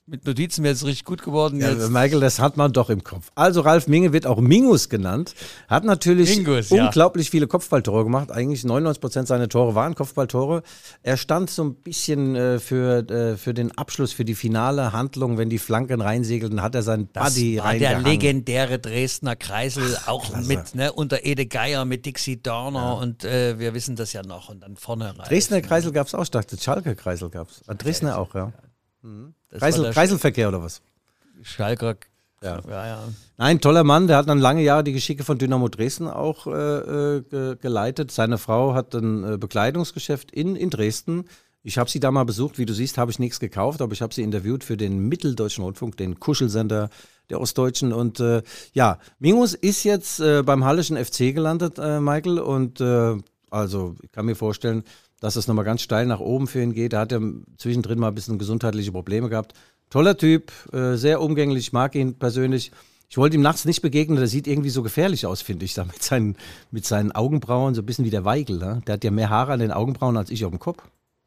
Mit Notizen wäre es richtig gut geworden. Ja, jetzt. Michael, das hat man doch im Kopf. Also Ralf Minge wird auch Mingus genannt. Hat natürlich Mingus, ja. unglaublich viele Kopfballtore gemacht. Eigentlich neunundneunzig Prozent seiner Tore waren Kopfballtore. Er stand so ein bisschen äh, für, äh, für den Abschluss, für die finale Handlung. Wenn die Flanken reinsegelten, hat er sein Das Buddy war der reingehangen. legendäre Dresdner Kreisel, Ach, auch klasse. mit ne, unter Ede Geier, mit Dixie Dorner ja. und äh, wir wissen das ja noch. Und dann vorne rein. Dresdner Kreisel gab es auch, ich dachte, Schalker Kreisel gab es. Dresdner auch, ja. Das Kreisel, war der Kreiselverkehr oder was? Schalker. Ja. Ja, ja. Nein, toller Mann, der hat dann lange Jahre die Geschicke von Dynamo Dresden auch äh, ge- geleitet. Seine Frau hat ein äh, Bekleidungsgeschäft in, in Dresden. Ich habe sie da mal besucht, wie du siehst, habe ich nichts gekauft, aber ich habe sie interviewt für den Mitteldeutschen Rundfunk, den Kuschelsender der Ostdeutschen. Und äh, ja, Mingus ist jetzt äh, beim Halleschen F C gelandet, äh, Michael. Und äh, also ich kann mir vorstellen, dass es nochmal ganz steil nach oben für ihn geht. Er hat ja zwischendrin mal ein bisschen gesundheitliche Probleme gehabt. Toller Typ, äh, sehr umgänglich, ich mag ihn persönlich. Ich wollte ihm nachts nicht begegnen, der sieht irgendwie so gefährlich aus, finde ich, da mit seinen, mit seinen Augenbrauen, so ein bisschen wie der Weigel. Ne? Der hat ja mehr Haare an den Augenbrauen als ich auf dem Kopf.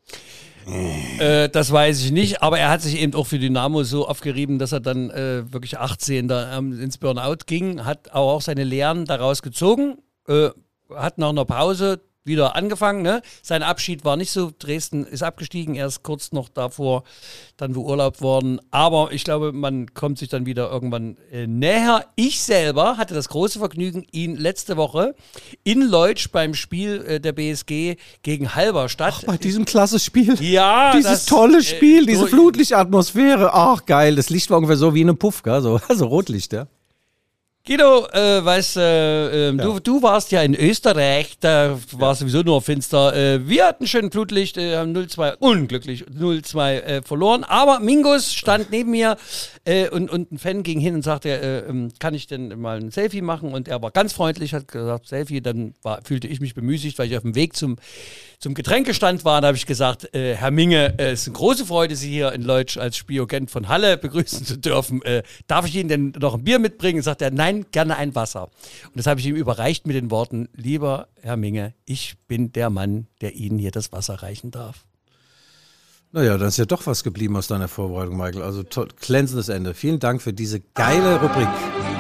Äh, das weiß ich nicht, aber er hat sich eben auch für Dynamo so aufgerieben, dass er dann äh, wirklich achtzehn da ähm, ins Burnout ging, hat aber auch seine Lehren daraus gezogen, äh, hat nach einer Pause wieder angefangen. Ne? Sein Abschied war nicht so. Dresden ist abgestiegen, er ist kurz noch davor dann beurlaubt worden. Aber ich glaube, man kommt sich dann wieder irgendwann äh, näher. Ich selber hatte das große Vergnügen, ihn letzte Woche in Leutsch beim Spiel äh, der B S G gegen Halberstadt. Ach, bei diesem klasse Spiel. Ja, Dieses das, tolle Spiel, äh, diese so- Flutlichtatmosphäre. Ach, geil. Das Licht war ungefähr so wie in einem Puff, gell? So, also Rotlicht, ja. Guido, äh, weißt, äh, äh, Ja. du, du warst ja in Österreich, da war sowieso nur finster. Äh, wir hatten schön Flutlicht, äh, haben null zwei, unglücklich null zwei äh, verloren. Aber Mingus stand neben mir äh, und, und ein Fan ging hin und sagte, äh, ähm, kann ich denn mal ein Selfie machen? Und er war ganz freundlich, hat gesagt, Selfie. Dann war, fühlte ich mich bemüßigt, weil ich auf dem Weg zum, zum Getränkestand war. Da habe ich gesagt, äh, Herr Minge, äh, es ist eine große Freude, Sie hier in Leutsch als Spielagent von Halle begrüßen zu dürfen. Äh, darf ich Ihnen denn noch ein Bier mitbringen? Sagt er, nein, gerne ein Wasser. Und das habe ich ihm überreicht mit den Worten, lieber Herr Minge, ich bin der Mann, der Ihnen hier das Wasser reichen darf. Naja, da ist ja doch was geblieben aus deiner Vorbereitung, Michael. Also toll, glänzendes Ende. Vielen Dank für diese geile Rubrik.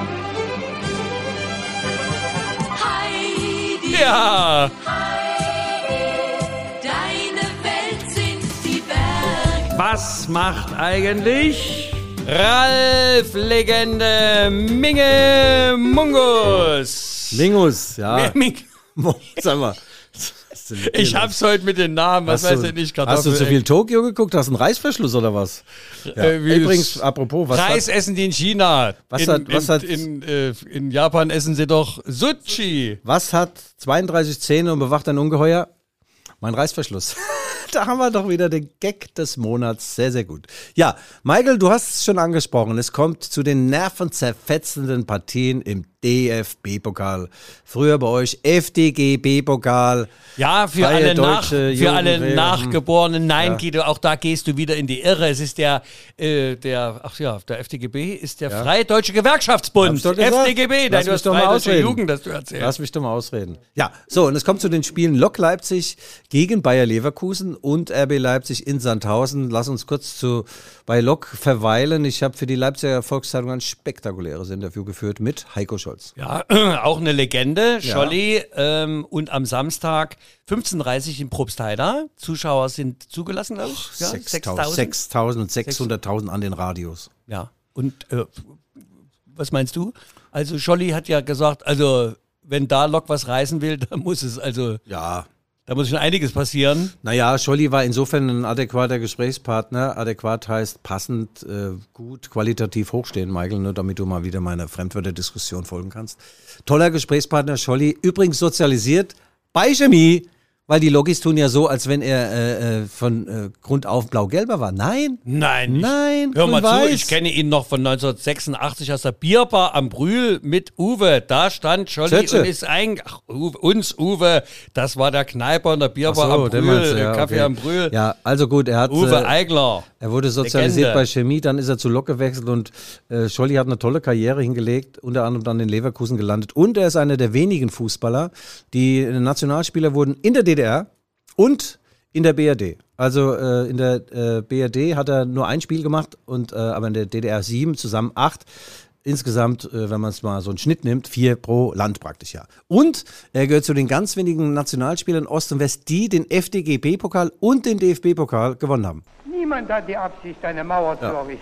Heidi, Ja, deine Welt sind die Berge. was macht eigentlich Ralf Legende Minge Mungus? Mingus, ja. Ming- Sag mal. Ich hab's heute mit den Namen, was Hast weiß du, ich nicht. hast du zu viel Tokio geguckt? Hast du einen Reißverschluss oder was? Ja. Äh, wie Übrigens, es- apropos, was Reis hat, essen die in China. Was in, hat- was in, hat- in, äh, in Japan essen sie doch Sushi. was hat zweiunddreißig Zähne und bewacht ein Ungeheuer? Mein Reißverschluss. Da haben wir doch wieder den Gag des Monats. Sehr, sehr gut. Ja, Michael, du hast es schon angesprochen. Es kommt zu den nervenzerfetzenden Partien im D F B-Pokal. Früher bei euch F D G B-Pokal. Ja, für Freie alle, nach, deutsche für alle Jugendwehr. Nachgeborenen. Nein, Ja. Guido, auch da gehst du wieder in die Irre. Es ist der, äh, der ach ja, der F D G B ist der Ja. Freie Deutsche Gewerkschaftsbund. Hab ich doch gesagt. F D G B, Lass nein, du mich hast doch mal Freie Deutsche ausreden. Jugend, das du erzählst. Lass mich doch mal ausreden. Ja, so, und es kommt zu den Spielen Lok Leipzig gegen Bayer Leverkusen und R B Leipzig in Sandhausen. Lass uns kurz zu bei Lok verweilen. Ich habe für die Leipziger Volkszeitung ein spektakuläres Interview geführt mit Heiko Scholz. Ja, auch eine Legende, Scholli. Ähm, und am Samstag fünfzehn Uhr dreißig in Probstheida. Zuschauer sind zugelassen, glaube ich. Ja, sechstausend sechstausend und sechshunderttausend an den Radios. Ja, und äh, was meinst du? Also Scholli hat ja gesagt, also wenn da Lok was reißen will, dann muss es, also Ja. da muss schon einiges passieren. Naja, Scholli war insofern ein adäquater Gesprächspartner. Adäquat heißt passend, äh, gut, qualitativ hochstehen, Michael, nur damit du mal wieder meiner Fremdwörterdiskussion folgen kannst. Toller Gesprächspartner, Scholli. Übrigens sozialisiert bei Chemie, weil die Logis tun ja so, als wenn er äh, äh, von äh, Grund auf blau-gelber war. Nein. Nein. ich- Nein, Hör mal zu, grün-weiß. ich kenne ihn noch von neunzehnhundertsechsundachtzig aus der Bierbar am Brühl mit Uwe. Da stand Scholli Zötze. und ist ein... Ach, Uwe, uns Uwe, das war der Kneiper in der Bierbar Ach so, am den Brühl, meinst du, ja, Kaffee okay. am Brühl. Ja, also gut, er hat... Uwe äh, Eigler. Er wurde sozialisiert Legende. bei Chemie, dann ist er zu Lok gewechselt und äh, Scholli hat eine tolle Karriere hingelegt, unter anderem dann in Leverkusen gelandet. Und er ist einer der wenigen Fußballer, die Nationalspieler wurden in der D D R und In der B R D. Also äh, in der äh, B R D hat er nur ein Spiel gemacht, und äh, aber in der D D R sieben, zusammen acht. Insgesamt, äh, wenn man es mal so einen Schnitt nimmt, vier pro Land praktisch, ja. Und er gehört zu den ganz wenigen Nationalspielern Ost und West, die den F D G B-Pokal und den D F B-Pokal gewonnen haben. Niemand hat die Absicht, eine Mauer ja. zu errichten.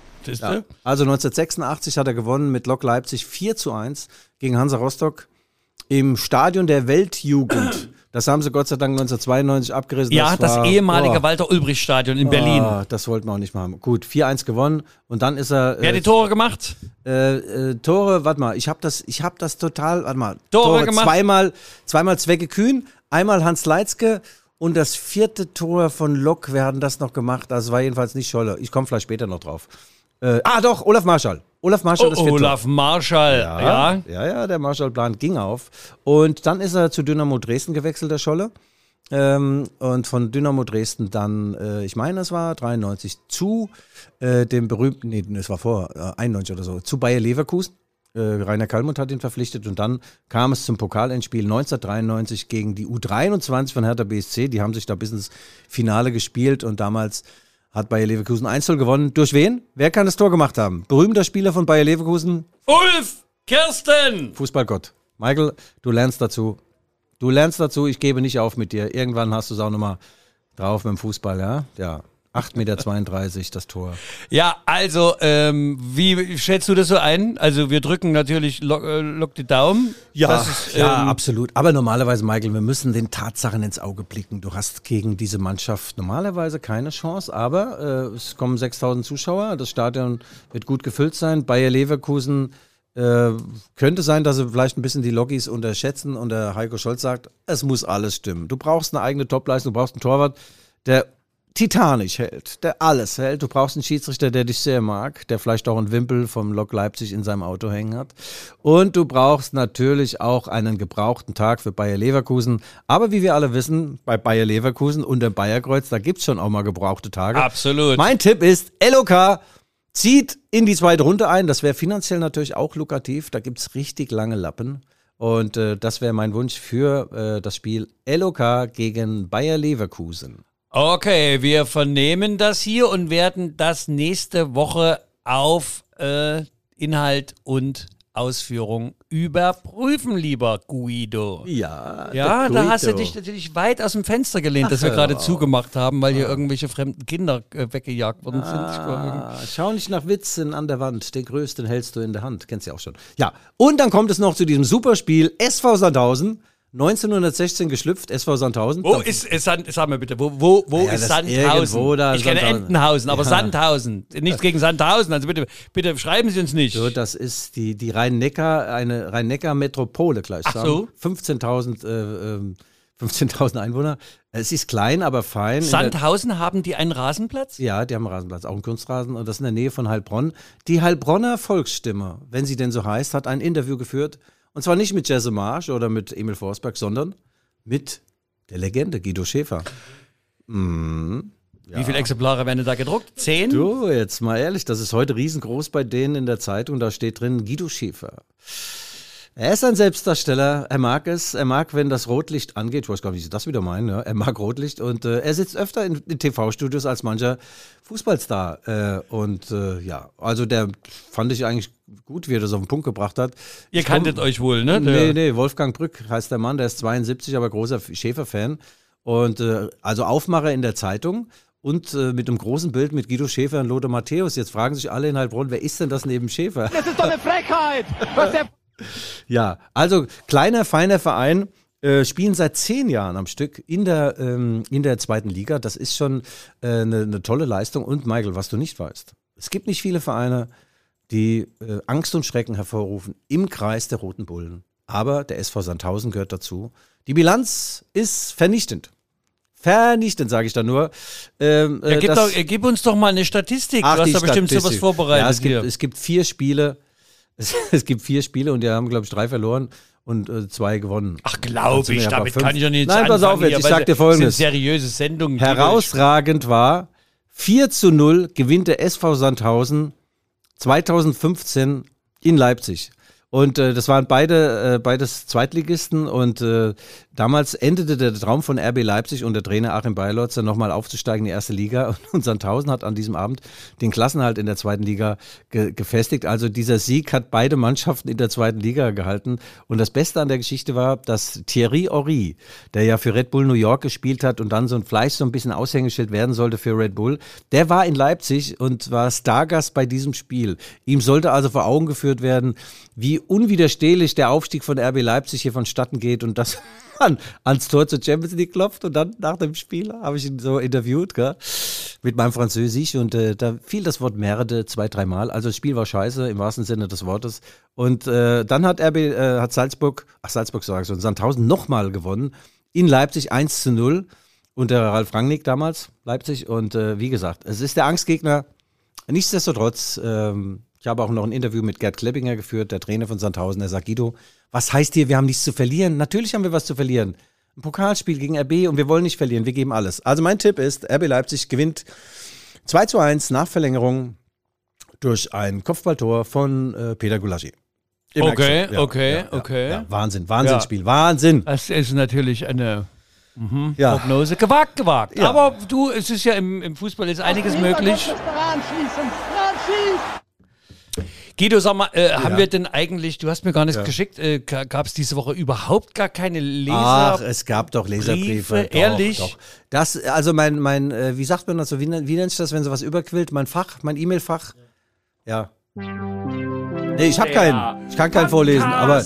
Ja. Also neunzehnhundertsechsundachtzig hat er gewonnen mit Lok Leipzig vier zu eins gegen Hansa Rostock im Stadion der Weltjugend. Das haben sie Gott sei Dank neunzehnhundertzweiundneunzig abgerissen. Ja, das, das war, ehemalige oh, Walter-Ulbricht-Stadion in Berlin. Oh, das wollten wir auch nicht machen. Gut, vier eins gewonnen und dann ist er... Wer hat äh, die Tore gemacht? Äh, äh, Tore, warte mal, ich habe das, ich hab das total, warte mal. Tore, Tore gemacht? Zweimal, zweimal Zwecke Kühn, einmal Hans Leitzke und das vierte Tor von Lok, wer hat denn das noch gemacht? Das war jedenfalls nicht Scholle. Ich komme vielleicht später noch drauf. Äh, ah, doch, Olaf Marschall. Olaf Marschall, oh, das vierte Olaf Tor. Marschall, ja, ja. Ja, ja, der Marschallplan ging auf. Und dann ist er zu Dynamo Dresden gewechselt, der Scholle. Ähm, und von Dynamo Dresden dann, äh, ich meine, es war dreiundneunzig, zu äh, dem berühmten, nee, es war vor, äh, einundneunzig oder so, zu Bayer Leverkusen. Äh, Rainer Kallmund hat ihn verpflichtet und dann kam es zum Pokalendspiel neunzehnhundertdreiundneunzig gegen die U dreiundzwanzig von Hertha B S C. Die haben sich da bis ins Finale gespielt und damals hat Bayer Leverkusen eins zu null gewonnen. Durch wen? Wer kann das Tor gemacht haben? Berühmter Spieler von Bayer Leverkusen? Ulf Kirsten! Fußballgott. Michael, du lernst dazu. Du lernst dazu, ich gebe nicht auf mit dir. Irgendwann hast du es auch nochmal drauf mit dem Fußball, ja? Ja. acht Meter zweiunddreißig das Tor. Ja, also, ähm, wie schätzt du das so ein? Also, wir drücken natürlich Lok, äh, Lok die Daumen. Ja, das ist, ähm, ja, absolut. Aber normalerweise, Michael, wir müssen den Tatsachen ins Auge blicken. Du hast gegen diese Mannschaft normalerweise keine Chance, aber äh, es kommen sechstausend Zuschauer. Das Stadion wird gut gefüllt sein. Bayer Leverkusen äh, könnte sein, dass sie vielleicht ein bisschen die Lokis unterschätzen und der Heiko Scholz sagt, es muss alles stimmen. Du brauchst eine eigene Topleistung, du brauchst einen Torwart, der titanisch hält, der alles hält. Du brauchst einen Schiedsrichter, der dich sehr mag, der vielleicht auch einen Wimpel vom Lok Leipzig in seinem Auto hängen hat. Und du brauchst natürlich auch einen gebrauchten Tag für Bayer Leverkusen. Aber wie wir alle wissen, bei Bayer Leverkusen und dem Bayerkreuz, da gibt es schon auch mal gebrauchte Tage. Absolut. Mein Tipp ist, L O K zieht in die zweite Runde ein. Das wäre finanziell natürlich auch lukrativ. Da gibt es richtig lange Lappen. Und äh, das wäre mein Wunsch für äh, das Spiel L O K gegen Bayer Leverkusen. Okay, wir vernehmen das hier und werden das nächste Woche auf äh, Inhalt und Ausführung überprüfen, lieber Guido. Ja, ja, da Guido. hast du dich natürlich weit aus dem Fenster gelehnt, das wir gerade zugemacht haben, weil hier irgendwelche fremden Kinder äh, weggejagt worden ah, sind. Schau nicht nach Witzen an der Wand, den größten hältst du in der Hand. Kennst du ja auch schon. Ja, und dann kommt es noch zu diesem Superspiel S V Sandhausen. neunzehnhundertsechzehn geschlüpft, S V Sandhausen. Wo ist, ist Sand, sag mal bitte, wo, wo, wo ja, ist Sandhausen? Da ich kenne Sandhausen. Entenhausen, aber ja. Sandhausen. Nicht gegen Sandhausen, also bitte, bitte schreiben Sie uns nicht. So, das ist die, die Rhein-Neckar, eine Rhein-Neckar-Metropole gleichsam. Ach so. fünfzehntausend, äh, äh, fünfzehntausend Einwohner. Es ist klein, aber fein. Sandhausen, haben die einen Rasenplatz? Ja, die haben einen Rasenplatz, auch einen Kunstrasen und das in der Nähe von Heilbronn. Die Heilbronner Volksstimme, wenn sie denn so heißt, hat ein Interview geführt. Und zwar nicht mit Jesse Marsch oder mit Emil Forsberg, sondern mit der Legende Guido Schäfer. Mhm. Ja. Wie viele Exemplare werden da gedruckt? Zehn? Du, jetzt mal ehrlich, das ist heute riesengroß bei denen in der Zeitung. Da steht drin Guido Schäfer. Er ist ein Selbstdarsteller, er mag es, er mag, wenn das Rotlicht angeht, ich weiß gar nicht, wie sie das wieder meinen, ja? Er mag Rotlicht und äh, er sitzt öfter in, in T V-Studios als mancher Fußballstar äh, und äh, ja, also der fand ich eigentlich gut, wie er das auf den Punkt gebracht hat. Ihr ich kanntet komm, euch wohl, ne? Der Nee, nee, Wolfgang Brück heißt der Mann, der ist zweiundsiebzig, aber großer Schäfer-Fan und äh, also Aufmacher in der Zeitung. Und äh, mit einem großen Bild mit Guido Schäfer und Lothar Matthäus. Jetzt fragen sich alle in Heilbronn, wer ist denn das neben Schäfer? Das ist doch eine Frechheit! Was der Ja, also kleiner, feiner Verein, äh, spielen seit zehn Jahren am Stück in der, ähm, in der zweiten Liga. Das ist schon äh, eine, eine tolle Leistung. Und Michael, was du nicht weißt, es gibt nicht viele Vereine, die äh, Angst und Schrecken hervorrufen im Kreis der Roten Bullen. Aber der S V Sandhausen gehört dazu. Die Bilanz ist vernichtend. Vernichtend, sage ich da nur. Ähm, ja, äh, gib, das, doch, gib uns doch mal eine Statistik. Ach, du hast die da bestimmt Statistik. sowas vorbereitet. Ja, es gibt, hier. es gibt vier Spiele. Es, es gibt vier Spiele und die haben, glaube ich, drei verloren und äh, zwei gewonnen. Ach, glaube ich, ja damit fünf. kann ich ja nicht Nein, pass auf jetzt, ich sag dir Folgendes. Das sind seriöse Sendungen. Herausragend war, vier zu null gewinnt der S V Sandhausen zweitausendfünfzehn in Leipzig. Und äh, das waren beide, äh, beides Zweitligisten und äh, damals endete der Traum von R B Leipzig und der Trainer Achim Beilotzer nochmal aufzusteigen in die erste Liga und Sandhausen hat an diesem Abend den Klassenerhalt in der zweiten Liga ge- gefestigt. Also dieser Sieg hat beide Mannschaften in der zweiten Liga gehalten und das Beste an der Geschichte war, dass Thierry Henry, der ja für Red Bull New York gespielt hat und dann so ein Fleisch so ein bisschen Aushängeschild werden sollte für Red Bull, der war in Leipzig und war Stargast bei diesem Spiel. Ihm sollte also vor Augen geführt werden, wie unwiderstehlich der Aufstieg von R B Leipzig hier vonstatten geht und dass man ans Tor zur Champions League klopft und dann nach dem Spiel habe ich ihn so interviewt, gell, mit meinem Französisch und äh, da fiel das Wort Merde zwei, dreimal. Also das Spiel war scheiße im wahrsten Sinne des Wortes und äh, dann hat R B, äh, hat Salzburg, ach Salzburg sag ich schon, Sandhausen nochmal gewonnen in Leipzig eins zu null unter Ralf Rangnick damals, Leipzig und äh, wie gesagt, es ist der Angstgegner. Nichtsdestotrotz, ähm, ich habe auch noch ein Interview mit Gerd Kleppinger geführt, der Trainer von Sandhausen. Er sagt, Guido, was heißt hier, wir haben nichts zu verlieren? Natürlich haben wir was zu verlieren. Ein Pokalspiel gegen R B und wir wollen nicht verlieren, wir geben alles. Also mein Tipp ist, R B Leipzig gewinnt zwei zu eins nach Verlängerung durch ein Kopfballtor von äh, Peter Gulaschi. Okay, ja, okay, ja, ja, okay. Ja, Wahnsinn, Wahnsinnsspiel, ja. Wahnsinn. Das ist natürlich eine mhm, ja. Prognose. Gewagt, gewagt. Ja. Aber du, es ist ja im, im Fußball ist einiges möglich. Guido, sag mal, äh, ja. haben wir denn eigentlich, du hast mir gar nichts ja. geschickt, äh, gab es diese Woche überhaupt gar keine Leser? Ach, es gab doch Leserbriefe. Briefe, doch, ehrlich? Doch. Das, also mein, mein äh, wie sagt man das so, wie, wie nennt sich das, wenn sowas überquillt? Mein Fach, mein E-Mail-Fach? Ja. Nee, ich habe keinen. Ich kann keinen vorlesen, aber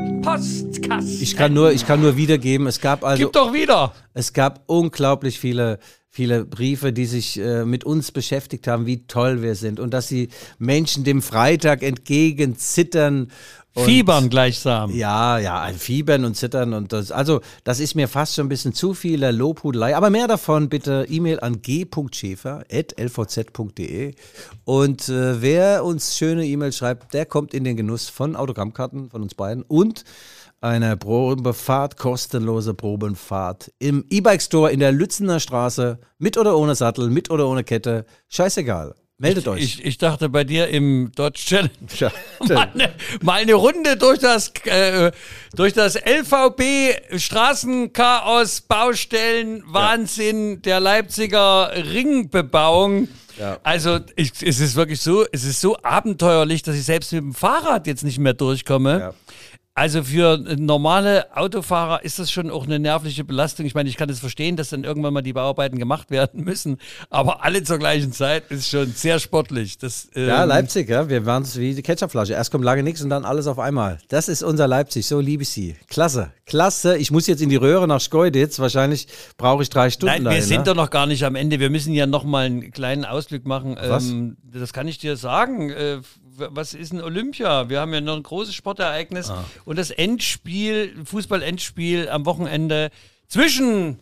Postkasten. ich kann nur, ich kann nur wiedergeben. Es gab also. Gib doch wieder. Es gab unglaublich viele, viele Briefe, die sich äh, mit uns beschäftigt haben, wie toll wir sind und dass sie Menschen dem Freitag entgegen zittern. Und, Fiebern gleichsam. Ja, ja, ein Fiebern und Zittern und das, also das ist mir fast schon ein bisschen zu viel Lobhudelei, aber mehr davon bitte E-Mail an g punkt schäfer at l v z punkt d e und äh, wer uns schöne E-Mails schreibt, der kommt in den Genuss von Autogrammkarten von uns beiden und einer Probefahrt, kostenlose Probenfahrt im E-Bike Store in der Lützener Straße, mit oder ohne Sattel, mit oder ohne Kette, scheißegal. Meldet ich, euch. Ich, ich dachte bei dir im Dodge Challenge mal, eine, mal eine Runde durch das, äh, durch das L V B Straßenchaos, Baustellen, Wahnsinn ja. der Leipziger Ringbebauung. Ja. Also ich, es ist wirklich so, es ist so abenteuerlich, dass ich selbst mit dem Fahrrad jetzt nicht mehr durchkomme. Ja. Also für normale Autofahrer ist das schon auch eine nervliche Belastung. Ich meine, ich kann das verstehen, dass dann irgendwann mal die Bauarbeiten gemacht werden müssen, aber alle zur gleichen Zeit ist schon sehr sportlich. Das, ähm ja, Leipzig, ja, wir waren es wie die Ketchupflasche. Erst kommt lange nichts und dann alles auf einmal. Das ist unser Leipzig, so liebe ich sie. Klasse, klasse. Ich muss jetzt in die Röhre nach Schkeuditz, wahrscheinlich brauche ich drei Stunden. Nein, dahin, wir sind ne? doch noch gar nicht am Ende. Wir müssen ja noch mal einen kleinen Ausflug machen. Was? Ähm, das kann ich dir sagen. Äh, was ist ein Olympia? Wir haben ja noch ein großes Sportereignis ah. und das Endspiel, Fußball-Endspiel am Wochenende zwischen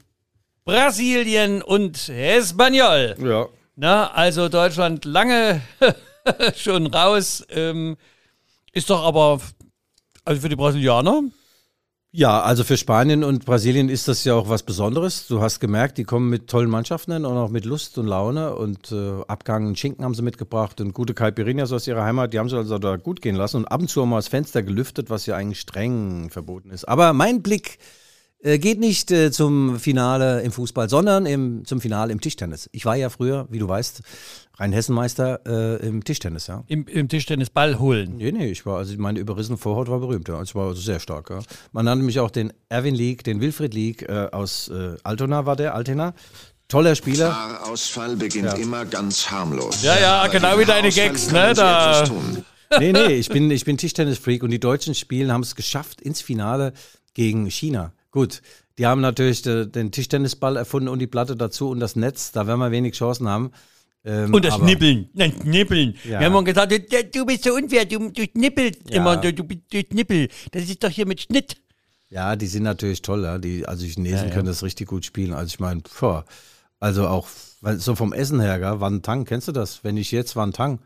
Brasilien und Espanyol. Ja. Na, also Deutschland lange schon raus. Ähm, ist doch aber, also für die Brasilianer. Ja, also für Spanien und Brasilien ist das ja auch was Besonderes. Du hast gemerkt, die kommen mit tollen Mannschaften hin und auch mit Lust und Laune und äh, abgehangenen Schinken haben sie mitgebracht und gute Caipirinhas aus ihrer Heimat, die haben sie also da gut gehen lassen und ab und zu mal das Fenster gelüftet, was ja eigentlich streng verboten ist. Aber mein Blick äh, geht nicht äh, zum Finale im Fußball, sondern im, zum Finale im Tischtennis. Ich war ja früher, wie du weißt, Rhein-Hessen-Meister äh, im Tischtennis, ja. Im, im Tischtennis Ball holen? Nee, nee, ich war, also meine überrissene Vorhaut war berühmt, ja. Ich war also sehr stark, ja. Man nannte mich auch den Erwin League, den Wilfried League, äh, aus äh, Altona war der, Altena. Toller Spieler. Fahrerausfall beginnt ja. immer ganz harmlos. Ja, ja, genau wie deine Gags, ne? Da. Nee, nee, ich bin, ich bin Tischtennis-Freak und die deutschen Spielen haben es geschafft ins Finale gegen China. Gut, die haben natürlich de, den Tischtennisball erfunden und die Platte dazu und das Netz, da werden wir wenig Chancen haben. Ähm, und das aber, Nippeln, das Nippeln. Ja. Wir haben gesagt, du, du bist so unfair, du, du nippelst Ja. immer, du, du, du nippel. Das ist doch hier mit Schnitt. Ja, die sind natürlich toll, ja. Die, also die Chinesen Ja, ja. können das richtig gut spielen. Also ich meine, also auch weil, so vom Essen her, gell? Wantang, kennst du das? Wenn ich jetzt Wantang.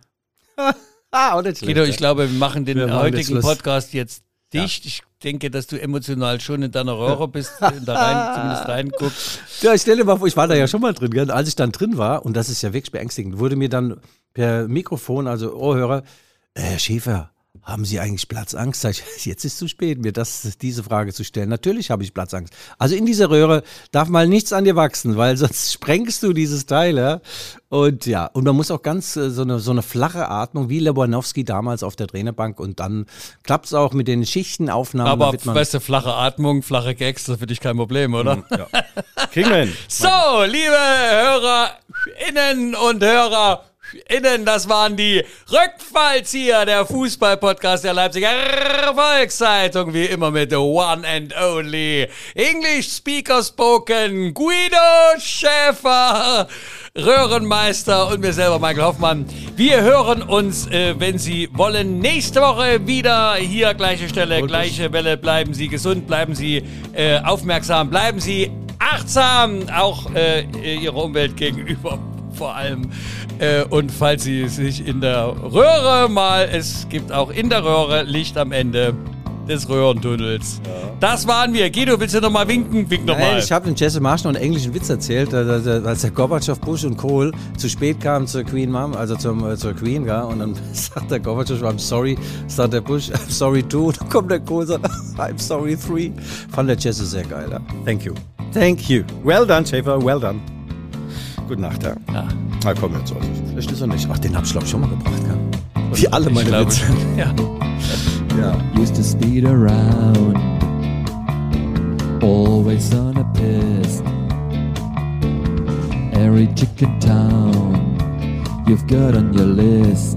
ah, auch nicht schlecht, Guido, ja. ich glaube, wir machen den Wir machen heutigen jetzt Schluss. Podcast jetzt dicht. Ja. Ich denke, dass du emotional schon in deiner Röhre bist, da rein, zumindest reinguckst. Ja, ich stell dir mal vor, ich war da ja schon mal drin, gell? Als ich dann drin war, und das ist ja wirklich beängstigend, wurde mir dann per Mikrofon, also Ohrhörer, äh, Herr Schäfer, haben Sie eigentlich Platzangst? Sag ich, jetzt ist zu spät, mir das, diese Frage zu stellen. Natürlich habe ich Platzangst. Also in dieser Röhre darf mal nichts an dir wachsen, weil sonst sprengst du dieses Teil. Ja? Und ja, und man muss auch ganz so eine, so eine flache Atmung, wie Lewanowski damals auf der Trainerbank. Und dann klappt es auch mit den Schichtenaufnahmen. Aber weißt du, flache Atmung, flache Gags, das ist für dich kein Problem, oder? Mhm, ja. Kriegen wir hin. So, liebe HörerInnen und Hörer, Innen, das waren die Rückfallzieher, der Fußball-Podcast der Leipziger Volkszeitung, wie immer mit the one and only English Speaker Spoken Guido Schäfer, Röhrenmeister und mir selber, Michael Hoffmann. Wir hören uns, äh, wenn Sie wollen, nächste Woche wieder hier, gleiche Stelle, und gleiche Welle. Bleiben Sie gesund, bleiben Sie äh, aufmerksam, bleiben Sie achtsam, auch äh, Ihrer Umwelt gegenüber. Vor allem. Äh, und falls Sie sich in der Röhre mal, es gibt auch in der Röhre Licht am Ende des Röhrentunnels. Ja. Das waren wir. Guido, willst du nochmal winken? Wink nochmal. Ich habe dem Jesse Marsch noch einen englischen Witz erzählt, als der Gorbatschow, Bush und Kohl zu spät kamen zur Queen Mom, also zum, äh, zur Queen, ja, und dann sagt der Gorbatschow, I'm sorry, sagt der Bush, I'm sorry too, und dann kommt der Kohl und sagt, I'm sorry three. Fand der Jesse sehr geil, ja. Thank you. Thank you. Well done, Schäfer, well done. Gute Nacht, ja. Ja. Na komm jetzt. Vielleicht ist er nicht. Ach, den hab ich glaube ich schon mal gebracht, ja. Wie alle meine glaube, Witze. Ja. Ja. Used to speed around, always on a piss. Every chicken town you've got on your list.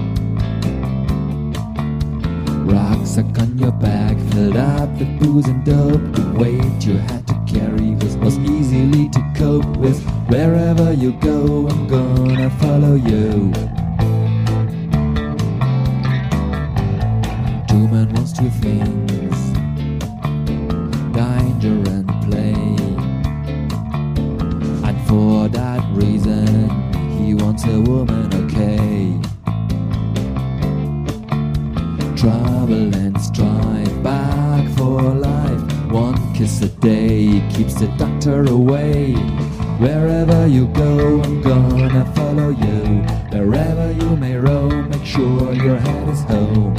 Rucksack on your back, filled up with booze and dope. The weight you had to carry was, was easily to cope with. Wherever you go, I'm gonna follow you. Two men wants two things, danger and play. And for that reason, he wants a woman, okay. Trouble and strife, back for life. One kiss a day keeps the doctor away. Wherever you go, I'm gonna follow you. Wherever you may roam, make sure your head is home.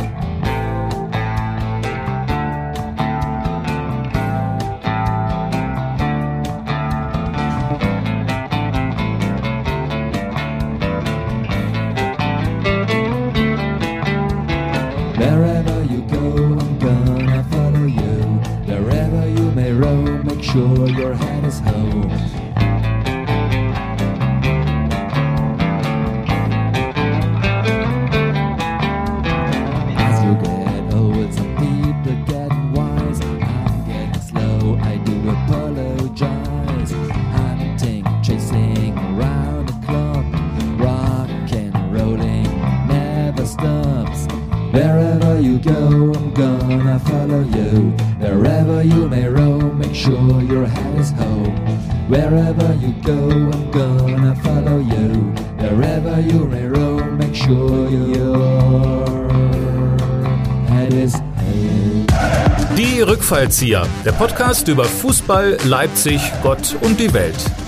Wherever you go, I'm gonna follow you. Wherever you may roam, make sure your head is home. As you get old, some people getting wise. I'm getting slow, I do apologize. Hunting, chasing around the clock. Rock and rolling never stops. Wherever you go, I'm gonna follow you. Wherever you may roam, make sure your head is home. Wherever you go, I'm gonna follow you. Wherever you may roam, make sure your head is home. Die Rückfallzieher, der Podcast über Fußball, Leipzig, Gott und die Welt.